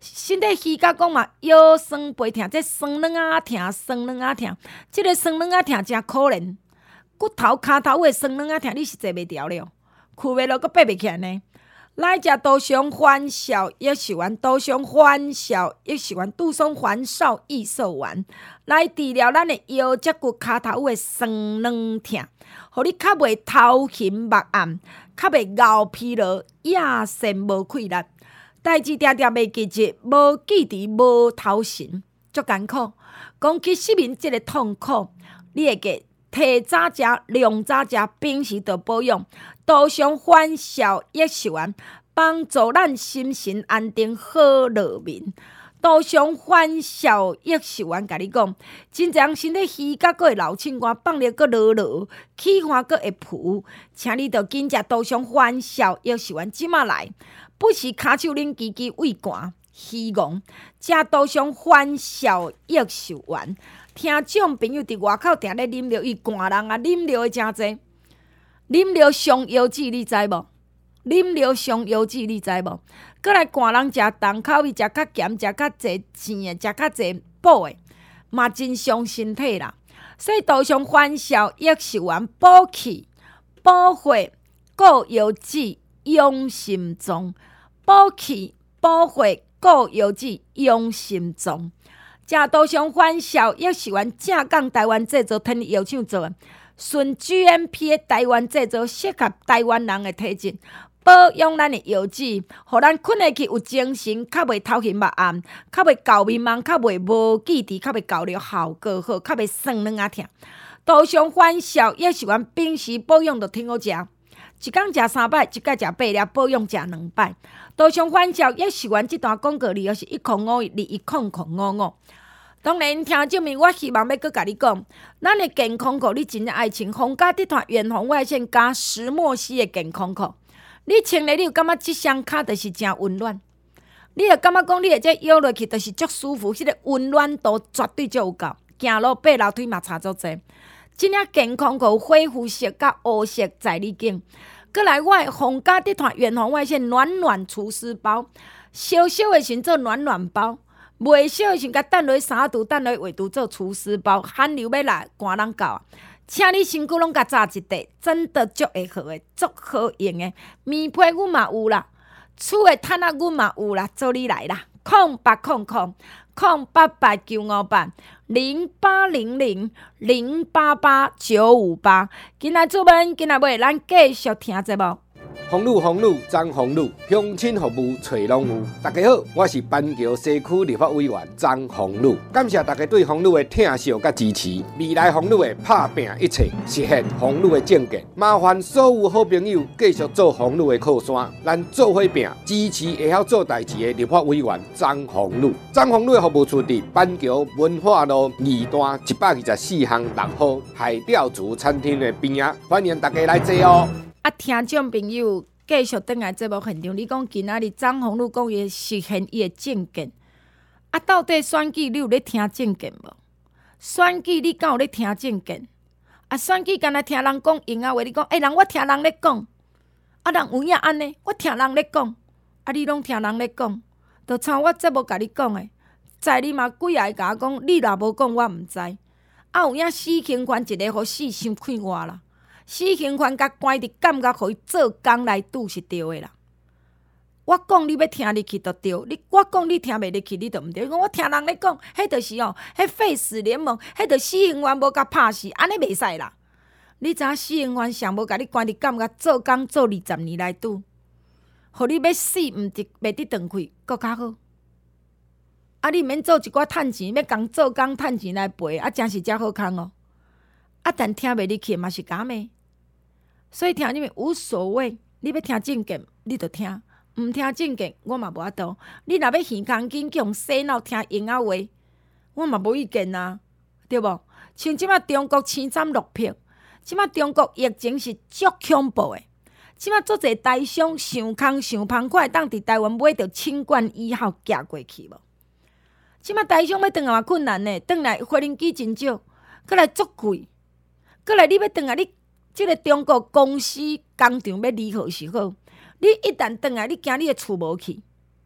身体虚甲讲嘛，腰酸背痛，这酸软啊痛，酸软啊痛，即、这个酸软啊痛真可怜。骨头骹头的酸软啊痛，你是坐袂牢了，跍袂落，阁爬袂起来呢。来食杜松欢小益寿丸，杜松欢小益寿丸，杜松欢少益寿丸，来治疗咱的腰脊骨骹头的酸软痛，互你较袂头晕目暗，较袂熬疲劳，夜神无气力，代志定定袂记住，无记忆，无头神，足艰苦。讲起失眠即个痛苦，你会记提早食，量早食，平时着保养。杜松欢小益寿丸，帮助咱心神安定，好入眠。杜松欢小益寿丸，甲你讲，真侪人身体虚甲，阁会流凊汗，放了阁落落，起汗阁会浮，请你着紧食杜松欢小益寿丸，即马来，不是骹手冷叽叽胃寒虚戆，食杜松欢小益寿丸。听众朋友伫外口定咧啉着，伊寒人啊，啉着的真侪。啉了伤腰子，你知无？啉了伤腰子，你知无？过来寒人食重口味，食较咸，食较济甜的，食较济补的，嘛真伤身体啦。所以杜松欢小益寿丸补气、补血、固腰子、养心脏，补气、补血、固腰子、养心脏。食杜松欢小益寿丸，正港台湾制造，天然药厂做的。纯 G M P 的台湾制造，适合台湾人的体质，保养咱的腰子，互咱困下去有精神，较袂头晕目暗，较袂搞迷茫，较袂无记忆，较袂搞了效果好，较袂酸软啊痛。杜松欢小益寿丸平时保养着挺好食，一工食三摆，一摆食八粒，保养食两摆。杜松欢小益寿丸这段广告里，又是一空五二一空空五五。当然，听证明，我希望要搁甲你讲，咱的健康裤你真正爱穿，皇家集团远红外线加石墨烯的健康裤，你穿咧，你有感觉即双脚就是真温暖，你会感觉讲你的这腰落去就是足舒服，迄、那个温暖度绝对足有够，行路爬楼梯嘛差足济。即领健康裤恢复色甲乌色在你颈，搁来我的皇家集团远红外线暖暖除湿包，小小的时做暖暖包。袂小的时，甲等落三度，等落画图做除湿包，寒流要来，寒人到啊！请你身躯拢甲炸一块，真的足会好诶，足好用诶。棉被阮嘛有啦，厝诶毯仔阮嘛有啦，做你来啦！空八空空空八八九五八零八零零零八八九五八。今仔主门，今仔尾咱继续听节目。 红路红路张红路，乡亲服务找拢有。大家好，我是板桥西区立法委员张红路，感谢大家对红路的疼惜甲支持。未来红路的拍拼一切，实现红路的政见。麻烦所有好朋友继续做红路的靠山，咱做伙拼，支持会晓做代志的立法委员张红路。张红路的服务处伫板桥文化路二段一百二十四巷六号海钓族餐厅的边仔，欢迎大家来坐哦。 啊，听众朋友，继续转来节目现场。你讲今仔日张宏路讲伊实现伊的政见，啊，到底选举你有咧听政见无？选举你敢有咧听政见？啊，选举敢若听人讲闲话，你讲，哎、欸，人我听人咧讲，啊，人有影安尼，我听人咧讲，啊，你拢听人咧讲，就像我节目甲你讲的，在你嘛几下甲我讲，你若无讲，我毋知。啊，有影死刑犯一个，互死伤快活啦。死刑犯甲关伫监狱，互伊做工来拄是对的啦。我讲你要听入去就对，你我讲你听袂入去，你就毋对。讲我听人咧讲，迄就是哦，迄废死联盟，迄就死刑犯无甲拍死，安尼袂使啦。你知影死刑犯上无甲你关伫监狱做工做二十年来拄，互你要死毋得袂得转去，搁较好。啊，你免做一寡趁钱，要共做工趁钱来赔，啊，真是遮好康哦。啊，但听袂入去嘛是假的。所以听你们无所谓，你要听正经，你就听；毋听正经，我嘛无法度。你若要耳空紧强洗脑听闲仔话，我嘛无意见啊，对无？像即马中国青斩六票，即马中国疫情是足恐怖的。即马足侪台商想空想芳快，当伫台湾买着清冠一号寄过去无？即马台商要转来嘛困难呢，转来飞行机真少，搁来足贵，搁来你要转来你。即个中国公司工厂要如何是好？你一旦转来，你惊你的厝无去，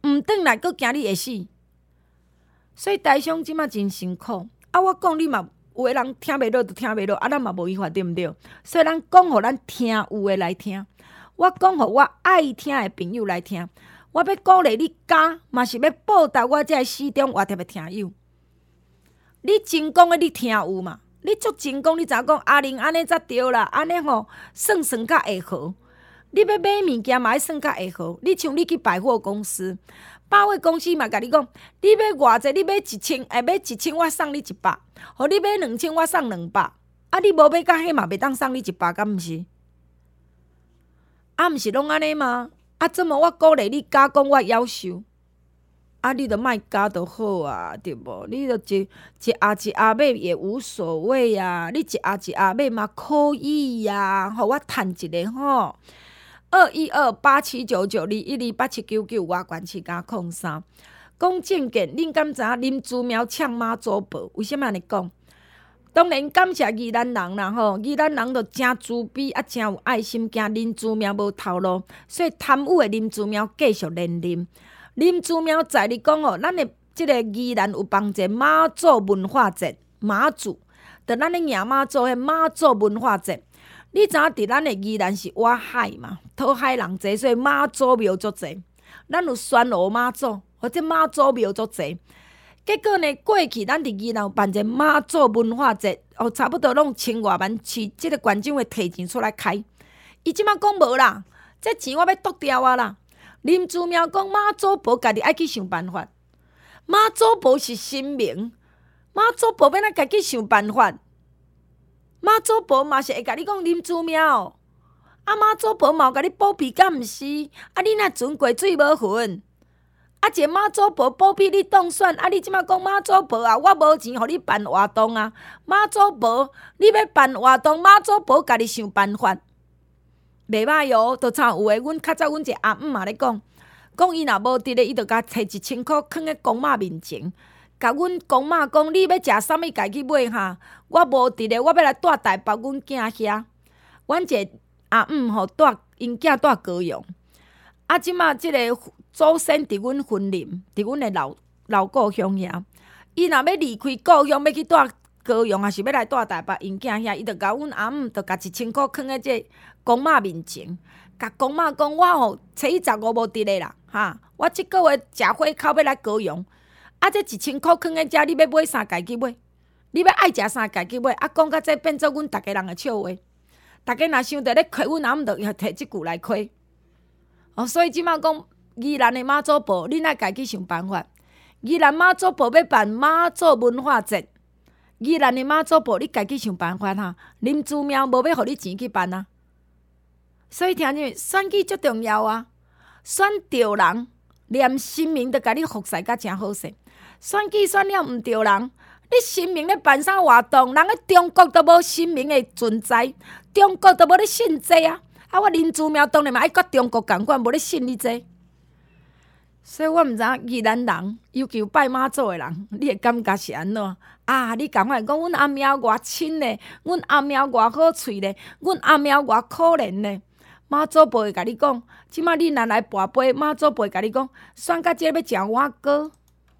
毋转来，佫惊你会死。所以台商即马真辛苦。啊，我讲你嘛，有诶人听袂落就听袂落，啊，咱嘛无违法，对毋对？所以咱讲互咱听有诶来听，我讲互我爱听诶朋友来听。我要鼓励你教，嘛是要报答我这市中活贴诶听友。你成功诶，你听有嘛？你足成功，你知影讲阿玲安尼才对啦，安尼吼算算较会好。你要买物件嘛，要算较会好。你像你去百货公司，百货公司嘛，甲你讲，你买偌济，你买一千，会买一千，我送你一百；，互你买两千，我送两百。啊，你无买到迄嘛，袂当送你一百，敢毋是？啊，毋是拢安尼吗？啊，怎么我鼓励你加讲我夭寿？啊，你著莫加就好啊，对无？你著一一下一下买也无所谓啊，你一下一下买嘛可以啊，互我趁一个吼。二一二八七九九二一二八七九九外关七加空三。讲正经，恁敢知影林祖苗抢妈祖婆？为什么安尼讲？当然感谢宜兰人啦吼，宜兰人就真慈悲啊，真有爱心，惊林祖苗无头路，所以贪污的林祖苗继续连任。林祖苗在你讲哦，咱的即个宜兰有办一个妈祖文化节，妈祖，就咱的迎妈祖的妈祖文化节。你知影伫咱的宜兰是挖海嘛，讨海人济，所以妈祖庙足济。咱有宣罗妈祖，或者妈祖庙足济。结果呢，过去咱伫宜兰有办一个妈祖文化节，哦，差不多拢千外万，市即个县长会摕钱出来开。伊即马讲无啦，这钱我要剁掉啊啦。林祖苗讲妈祖婆家己爱去想办法，妈祖婆是神明，妈祖婆要咱家己想办法。妈祖婆嘛是会甲你讲林祖苗，啊妈祖婆嘛有甲你保庇，敢毋是？啊你若船过水无痕，啊一个妈祖婆保庇你当选，啊你即马讲妈祖婆啊，我无钱互你办活动啊，妈祖婆你要办活动，妈祖婆家己想办法。袂歹哟，都差有诶。阮较早阮一个阿姆嘛咧讲，讲伊若无伫咧，伊就甲摕一千箍囥咧公妈面前，甲阮公妈讲，你要食啥物家己买哈。我无伫咧，我要来带台北阮囝遐。阮一个阿姆吼带因囝带高雄，啊，即马即个祖先伫阮婚林，伫阮诶老老故乡遐。伊若要离开故乡，要去带高雄，还是要来带台北因囝遐，伊就甲阮阿姆，就甲一千箍囥咧这公妈面前，甲公妈讲，我吼初一十五无伫咧啦，哈，我即个月食火烤要来高雄，啊，这一千箍囥咧遮，你要买啥家己买，你要爱食啥家己买，啊，讲到这变做阮逐个人诶笑话，逐个若想着咧亏阮阿姆，就摕即句来亏。哦，所以即马讲宜兰诶妈祖婆，恁爱家己想办法。宜兰妈祖婆要办妈祖文化节。宜兰的妈祖婆，你家己想办法哈。林祖苗无要互你钱去办啊。所以听见选举足重要啊，选对人，连神明都甲你服侍甲真好势。选举选了毋对人，你神明咧办啥活动？人咧中国都无神明的存在，中国都无咧信这啊。啊，我林祖苗当然嘛爱甲中国共款，无咧信你这。所以我毋知影宜兰人，尤其有拜妈祖的人，你会感觉是安怎？啊，你赶快讲，阮阿苗偌亲呢，阮阿苗偌好喙呢，阮阿苗偌可怜呢。妈祖婆会甲你讲，即摆你若来跋杯，妈祖婆会甲你讲，选到这要食碗糕。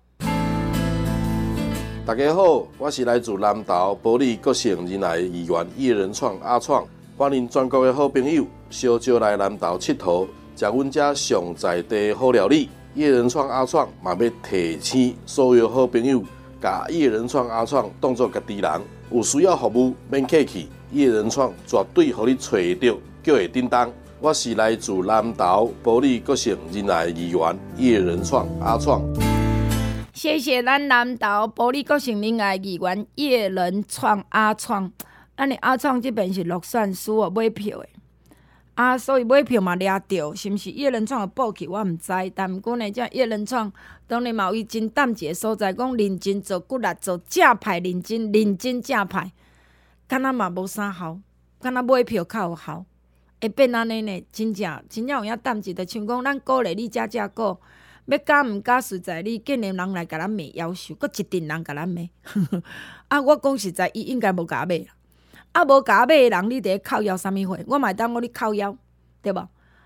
大家好，我是来自南投埔里国姓仁爱议员叶仁创阿创，欢迎全国的好朋友小招来南投佚佗，食阮遮上在地好料理。叶仁创阿创嘛要提醒所有好朋友，甲叶仁创阿创当作家己人，有需要服务免客气，叶仁创绝对互你找到，叫会叮当。我是来自南投埔里国姓仁爱议员叶仁创阿创。 谢谢咱南投埔里国姓仁爱议员叶仁创阿创，咱的阿创这边是落选书哦，买票的。啊，所以买票嘛掠着，是毋是叶仁创的报去我毋知，但毋过呢，这叶仁创当然嘛有伊真担一个所在，讲认真做骨力，做正派，认真认真正派，敢若嘛无啥效，敢若买票较有效，会变安尼呢？真正真正有影担一个，像讲咱鼓励你食食果，要加毋加实在，你竟然人来甲咱骂夭寿，搁一阵人甲咱骂，啊，我讲实在，伊应该无甲我骂。啊，无甲我买的人，你伫咧靠腰啥物货？我嘛当我你靠腰，对无？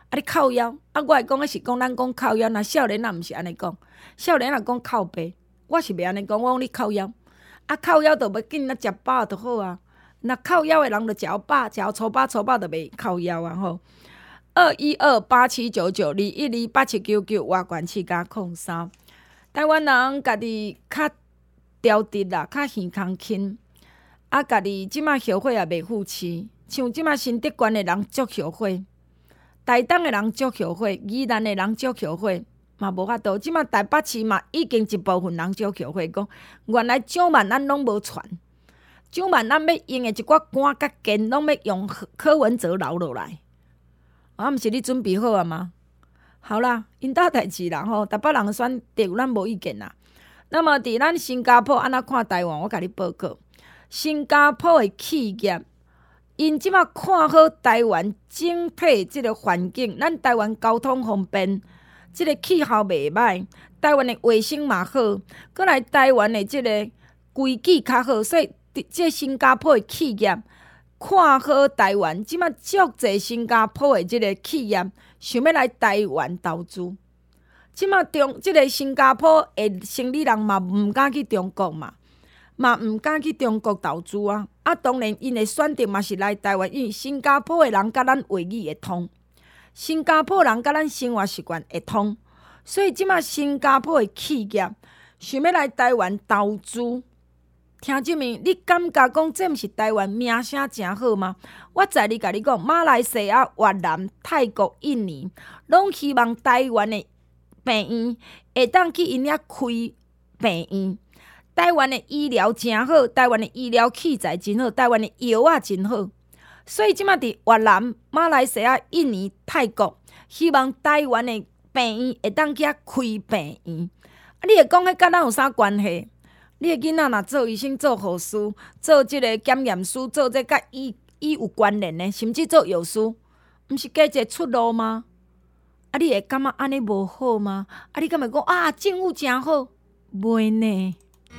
啊，你靠腰，啊，我会讲的是讲咱讲靠腰，若少年啊，毋是安尼讲，少年啊讲靠背，我是袂安尼讲，我讲你靠腰，啊，靠腰就要紧啊，食饱就好啊。若靠腰的人就食饱，食粗饱粗饱就袂靠腰啊吼。二一二八七九九二一二八七九九外管七加空三，台湾人家己较调直啦，较耳康轻，啊，家己即马后悔也袂负气，像即马新德县的人足后悔。台东的人足后悔，宜兰的人足后悔，嘛无法度。即马台北市嘛已經一部分人足後悔，講原來蔣萬安攏無傳，蔣萬安要用的一寡官甲建，攏要用柯文哲留落來。啊，毋是你準備好啊嗎？好啦，因兜代志啦吼，台北人選擇咱無意見啦。那麼佇咱新加坡安怎看台灣？我甲你報告，新加坡的企業。因即马看好台灣整體即個環境，咱台灣交通方便，即個氣候袂歹，台灣的衛生嘛好，閣來台灣的即個規矩較好，所以即個新加坡的企業看好台灣，即馬足濟新加坡的即個企業想要來台灣投資。即馬中即個新加坡的生理人嘛毋敢去中國嘛。嘛毋敢去中國投資啊！啊，當然因的選擇嘛是來台灣，因為新加坡的人甲咱話語會通，新加坡人甲咱生活習慣會通，所以即馬新加坡的企業想要來台灣投資，聽即面，你感覺講這毋是台灣名聲誠好嗎？我在你甲你講，馬來西亞、越南、泰國、印尼，攏希望台灣的病院會當去因遐開病院。台灣的醫療真好，台灣的醫療器材真好，台灣的藥啊真好，所以即馬佇越南、馬來西亞、印尼、泰國，希望台灣的病院會當去遐開病院。啊，你會講迄甲咱有啥關係？你的囡仔若做醫生、做護士、做即個檢驗師、做這甲醫醫有關聯的，甚至做藥師，毋是加一個出路嗎？啊，你會感覺安尼無好嗎？啊，你敢會講啊，政府真好？袂呢？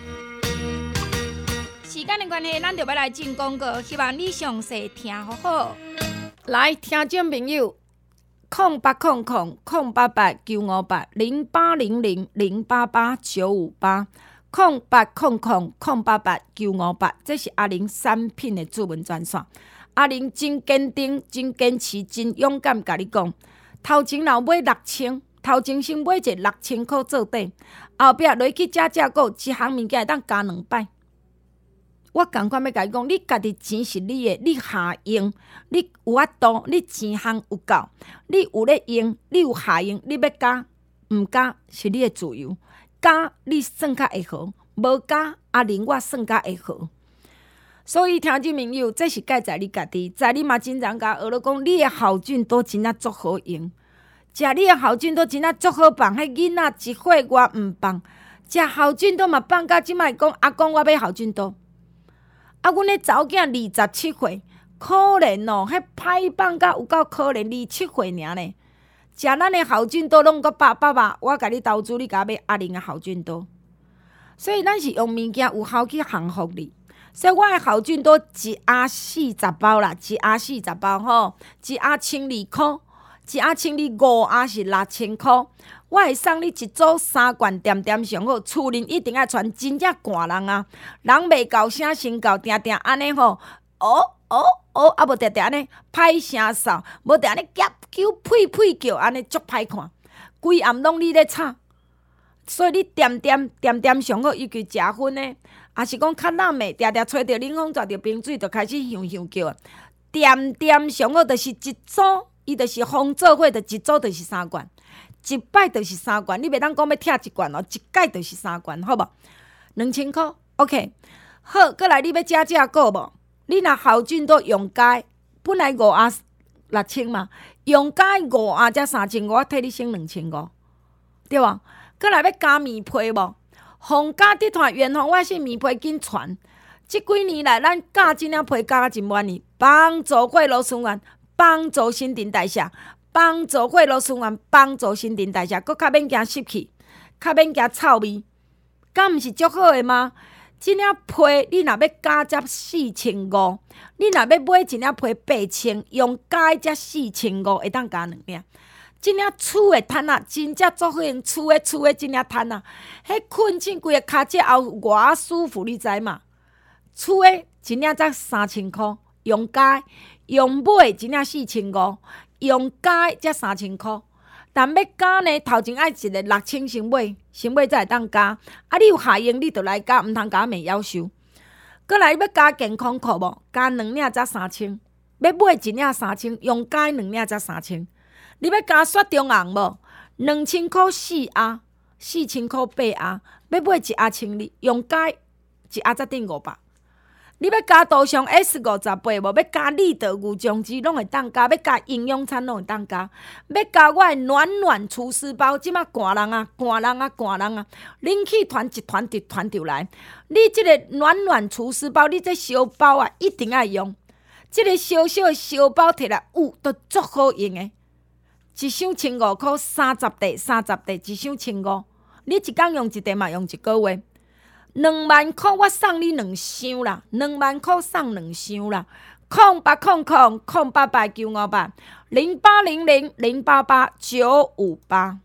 時間的關係，咱就要來進廣告，希望你詳細聽好好。來，聽眾朋友，空八空空空八八九五八零八零零零八八九五八，空八空空空八八九五八，這是阿玲產品的主文專線。阿玲真堅定、真堅持、真勇敢，甲你講，頭前老買六千，頭前先買一個六千塊做底，後壁落去食食個一項物件會當加兩擺。我共款要甲你講，你家己錢是你的，你下用，你有法度，你錢項有夠，你有咧用，你有下用，你要加，毋加是你的自由，加你算較會好，無加阿玲我算較會好。所以聽眾朋友，這是蓋在你家己，在你嘛真常甲學了講，你的校菌都真啊足好用，食你的校菌都真啊足好放，迄囡仔一歲外毋放，食校菌都嘛放到即擺講阿公我買校菌都。啊，阮咧查某囝二十七歲，可憐哦，迄歹放甲有夠可憐，二十七歲爾呢。食咱的校菌刀攏個百百百，我甲你投資，你甲買阿玲的校菌刀。所以咱是用物件有效去幸福你。所以我的校菌刀一盒四十包啦，一盒四十包吼，一盒千二箍，一盒千二五盒是六千箍。我會送你一組三罐點點上好，厝人一定要傳，真正寒人啊！人袂夠聲先夠，定定安尼吼，哦哦哦，啊無定定安尼歹聲嗽，無定安尼夾叫呸呸叫，安尼足歹看，規暗攏你咧吵。所以你點點點點上好，尤其食薰呢，也是講較冷的，定定吹着冷風，抓着冰水，就開始響響叫。點點上好，就是一組，伊就是風做伙，就一組就是三罐。一擺就是三罐，你袂當講要拆一罐哦，一擺就是三罐，好無？兩千塊 ，OK。好，閣來你要食食個無？你若校菌都用解，本來五盒六千嘛，用解五盒才三千五，我替你省兩千五，對吧？閣來要加棉被無？紅家啲團員紅我是棉被緊傳，即幾年來咱加真領被加真滿意，幫助過勞損源，幫助新陳代謝。幫助過勞損源，幫助新陳代謝，佫較免驚濕氣，較免驚臭味，敢毋是足好誒嗎？ 即领被你若要加接四千五，你若要买一领被八千，用加才四千五会当加两领。即领厝的毯仔真正足好用，厝的厝的即领毯仔，迄困醒规个骹脊后偌舒服，你知嘛？厝的一领才三千箍，用加用买一领四千五，用加才三千箍。但要加呢，头前爱一个六千先买，先买才会当加。啊，你有下用你就来加，毋通加袂夭寿。过来要加健康裤无？加两领才三千，要买一领三千，用加两领才三千。你要加雪中红无？两千箍四盒，四千箍八盒，要买一盒千二，用加一盒才顶五百。你要加杜尚 S 五十八无？要加立德牛酱汁拢会当加，要加营养餐拢会当加，要加我的暖暖厨师包，即马寒人啊，寒人啊，寒人啊，冷气团一团一团就来。你即个暖暖厨师包，你这小包啊，一定爱用。即个小小的小包摕来有都足好用的。一箱千五箍，三十袋，三十袋，一箱千五。你一工用一袋嘛，用一个月。两万箍我送你两箱啦，两万箍送两箱啦。空八空空空八八九五八零八零零零八八九五八。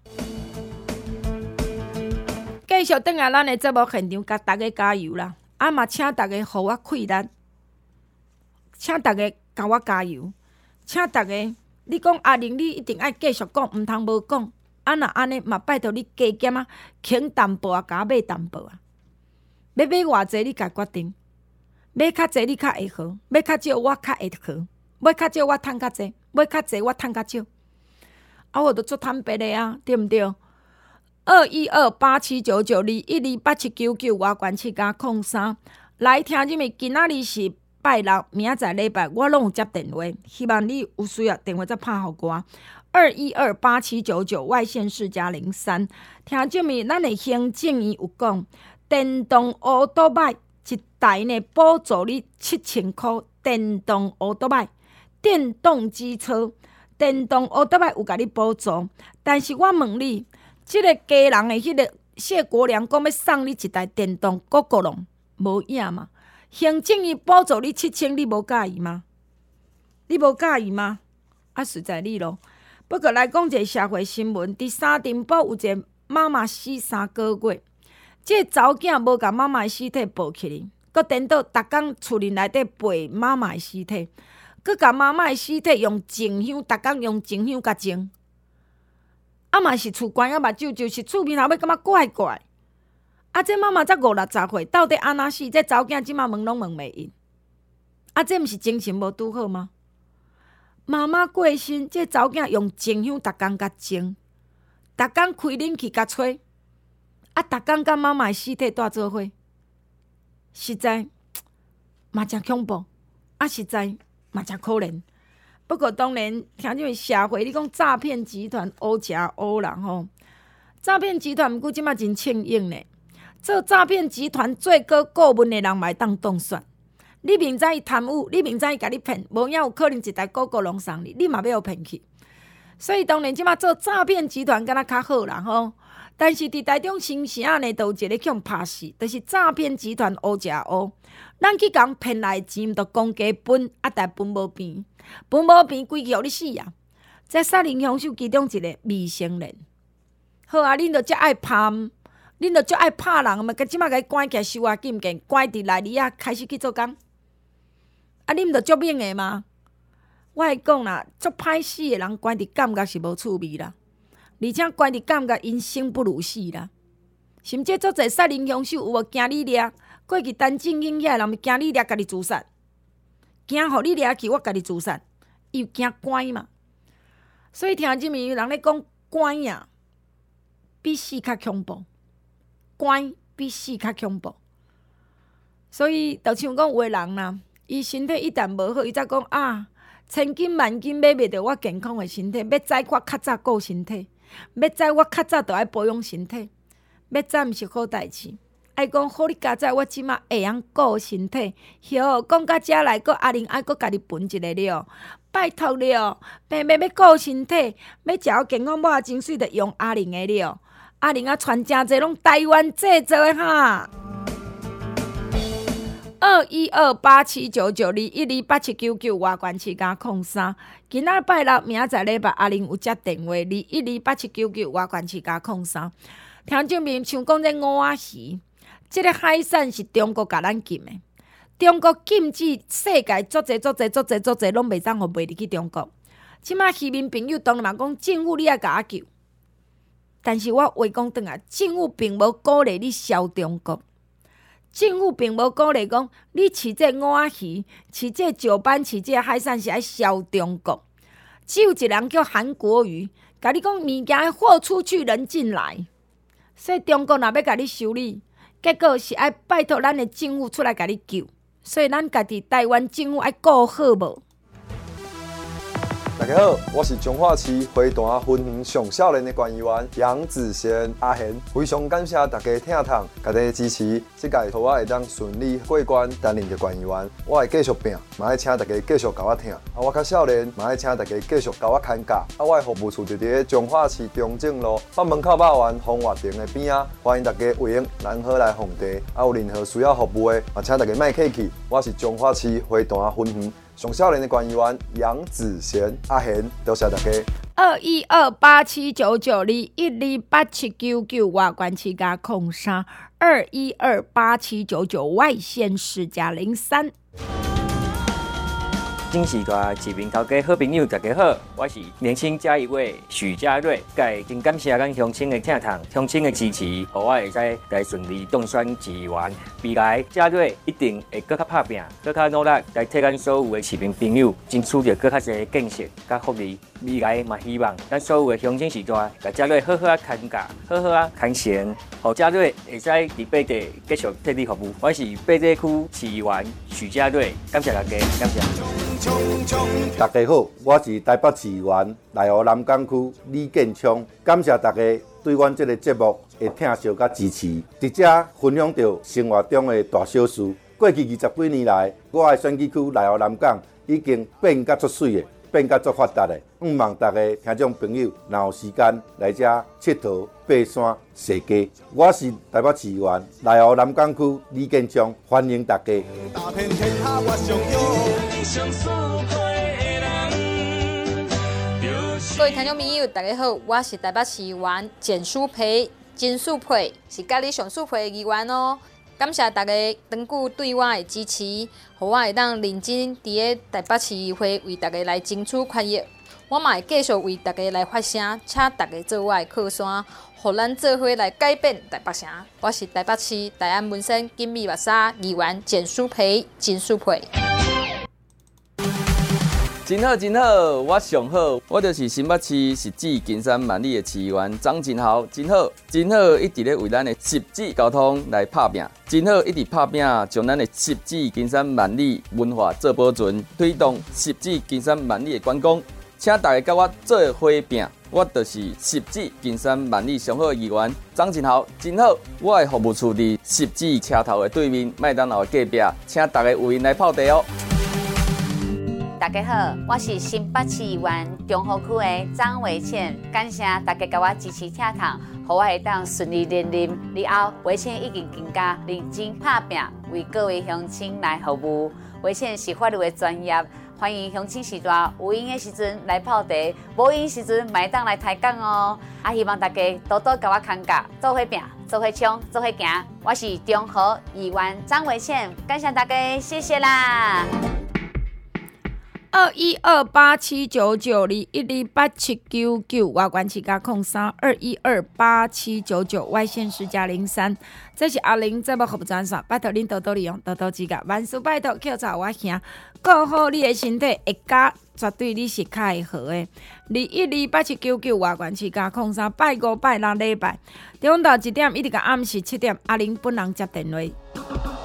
继续等下咱的节目现场，甲大家加油啦！啊嘛，请大家互我气力，请大家甲我加油，请大家。你讲阿玲，你一定爱继续讲，毋通无讲。啊，若安尼嘛，拜托你加减啊，轻淡薄啊，甲买淡薄啊。要买偌济，你家决定。买较济，你较会好；买较少，我较会好；买较少，我趁较济；买较济，我趁较少。啊，我都做坦白的啊，对毋对？二一二八七九九二一二八七九九外关七加空三。来听入面，今仔日是拜六，明仔载礼拜我拢有接电话，希望你有需要电话再拍互我。二一二八七九九外线四加零三。听入面，咱的行政院有讲。电动乌托拜一台呢，补助你七千箍。电动乌托拜，电动机车，电动乌托拜有甲你补助。但是我问你，即、这个家人的迄个谢国良讲要送你一台电动国国龙，无影嘛？行政院补助你七千，你无介意吗？你无介意吗？啊，实在你咯。不过来讲一个社会新闻，伫三重埔有一个妈妈死三个月。这个查某囝无甲妈妈的尸体抱起来，佮颠倒逐工厝里内底陪妈妈的尸体，佮甲妈妈的尸体用静香，逐工用静香甲静。啊嘛是厝关啊目睭，就是厝面头要感觉怪怪。啊，这妈妈才五六十岁，到底安怎死？这查某囝即马问拢问袂因。啊，这毋是精神无拄好吗？妈妈过身，这查某囝用静香逐工甲静，逐工开冷气甲吹。啊！逐工甲妈妈的尸体带做伙，实在嘛真恐怖，啊！实在嘛真可怜。不过当然，听这个社会，你讲诈骗集团乌食乌啦吼，诈骗集团毋过即马真庆幸呢。做诈骗集团最高顾问的人嘛会当当选。你明知伊贪污，你明知伊甲你骗，无影有可能一台股股拢送你，你嘛要互骗去。所以当然即马做诈骗集团敢若较好啦吼。但是伫台中新城仔呢，都有一个叫拍死，就是诈骗集团乌食乌。咱去共骗来的钱，毋着公家分，啊，但分无平，分无平，规气互你死啊！这沙林乡守其中一个未成年，好啊，恁着遮爱拍，恁着遮爱拍人，嘛，即马甲伊关起来收啊禁见，关伫内里啊，开始去做工。啊，恁毋着足猛的吗？我会讲啦，足歹死的人关伫感觉是无趣味啦。而且关伫感觉因生不如死啦，甚至足侪杀人凶手有无惊你掠？过去陈正英遐人惊你掠，家己自杀，惊互你掠去，我家己自杀，伊惊关嘛。所以听入面有人咧讲关呀，比死较恐怖，关比死较恐怖。所以就像讲有个人啦，伊身体一旦无好，伊才讲啊，千金万金买袂着我健康的身体，要知我较早顾身体。要知我较早就爱保养身体，要知毋是好代志。爱讲好，你家在我即马会晓顾身体。哟，讲到遮来，搁阿玲爱搁家己分一个了，拜托了，平平要顾身体，要食好健康，抹真水，着用阿玲的了。阿玲啊，传真济拢台湾制造的哈。 二一二八七九九二一二八七九九外关市加空三。今仔拜六，明仔载礼拜阿玲有接电话，二一二八七九九外关市加空三。听众朋友像讲这五仔鱼，这个海产是中国甲咱禁的。中国禁止世界足侪足侪足侪足侪拢袂当互卖入去中国。即马渔民朋友当然嘛讲政府你也甲我救，但是我话讲转来，政府并无鼓励你销中国。政府并无鼓励讲，你饲这五仔鱼、饲这石斑、饲这海产是爱销中国。只有一人叫韩国瑜，甲你讲物件货出去人进来，所以中国若要甲你修理，结果是爱拜托咱的政府出来甲你救。所以咱家己台湾政府爱顾好无？ 大家好，我是彰化市花坛分园上少年的管议员杨子贤阿贤，非常感谢大家听堂，大家支持，这届互我会当顺利过关担任着管议员，我会继续拼，嘛爱请大家继续甲我听。啊，我较少年，嘛爱请大家继续甲我看教。啊，我的服务处就伫彰化市中正路北门口肉圆风华亭的边仔，欢迎大家回应南河来奉茶。啊，有任何需要服务的，嘛请大家莫客气，我是彰化市花坛分园上少年的管议员杨子贤阿贤，多谢大家。 二一二八七九九二一二八七九九外关市加空三二一二八七九九外县市加零三。 金时代市民头家好朋友，大家好，我是年轻嘉义位许家瑞，介真感谢咱乡亲的听堂、乡亲的支持，互我会使来顺利当选市议员。未来嘉瑞一定会更较打拼、更较努力，来替咱所有的市民朋友争取着更较侪建设、甲福利。未来嘛，希望咱所有的乡亲时代，甲嘉瑞好好啊看教，好好啊看贤，互嘉瑞会使伫八地继续替你服务。我是八地区市议员许家瑞，感谢大家，感谢。 大家好，我是台北市议员内湖南港区李建昌，感谢大家对阮这个节目的听惜甲支持，伫遮分享到生活中的大小事。过去二十几年来，我的选举区内湖南港已经变甲足水的，变甲足发达的。希望大家听众朋友若有时间来遮佚佗、爬山、踅街。我是台北市议员内湖南港区李建昌，欢迎大家。打遍天下我上各位听众朋友，大家好，我是台北市议员简淑培，金淑培是家里上淑培的议员哦。感谢大家长久对我的支持，让我会当认真伫个台北市议会为大家来争取权益。我嘛会继续为大家来发声，请大家做我的靠山，互咱做伙来改变台北城。我是台北市大安文山金美目沙议员简淑培，金淑培。 真好真好，我上好，我就是新北市汐止金山万里的市议员张金豪，真好真好，一直咧为咱的汐止交通来拍拼，真好一直拍拼，将咱的汐止金山万里文化做保存，推动汐止金山万里的观光，请大家甲我做伙拼。我就是汐止金山万里上好的议员张金豪，真好。我的服务处伫汐止车头的对面，麦当劳的隔壁，请大家有闲来泡茶哦。 大家好，我是新北市议员中和区的张维倩，感谢大家甲我支持听堂，互我会当顺利连任。以后，维倩已经更加认真拍拼，为各位乡亲来服务。维倩是法律的专业，欢迎乡亲时代有闲的时阵来泡茶，无闲时阵嘛会当来抬杠哦。啊，希望大家多多甲我看教，做伙拼，做伙冲，做伙行。我是中和议员张维倩，感谢大家，谢谢啦。 二一二八七九九二一二八七九九外关市加空三二一二八七九九外县市加零三，这是阿玲节目服务专线，拜托恁多多利用，多多指教，万事拜托扣查我兄，顾好你的身体，会加绝对你是较会好的。二一二八七九九外关市加空三，拜五拜六礼拜，中昼一点一直到暗时七点，阿玲本人接电话。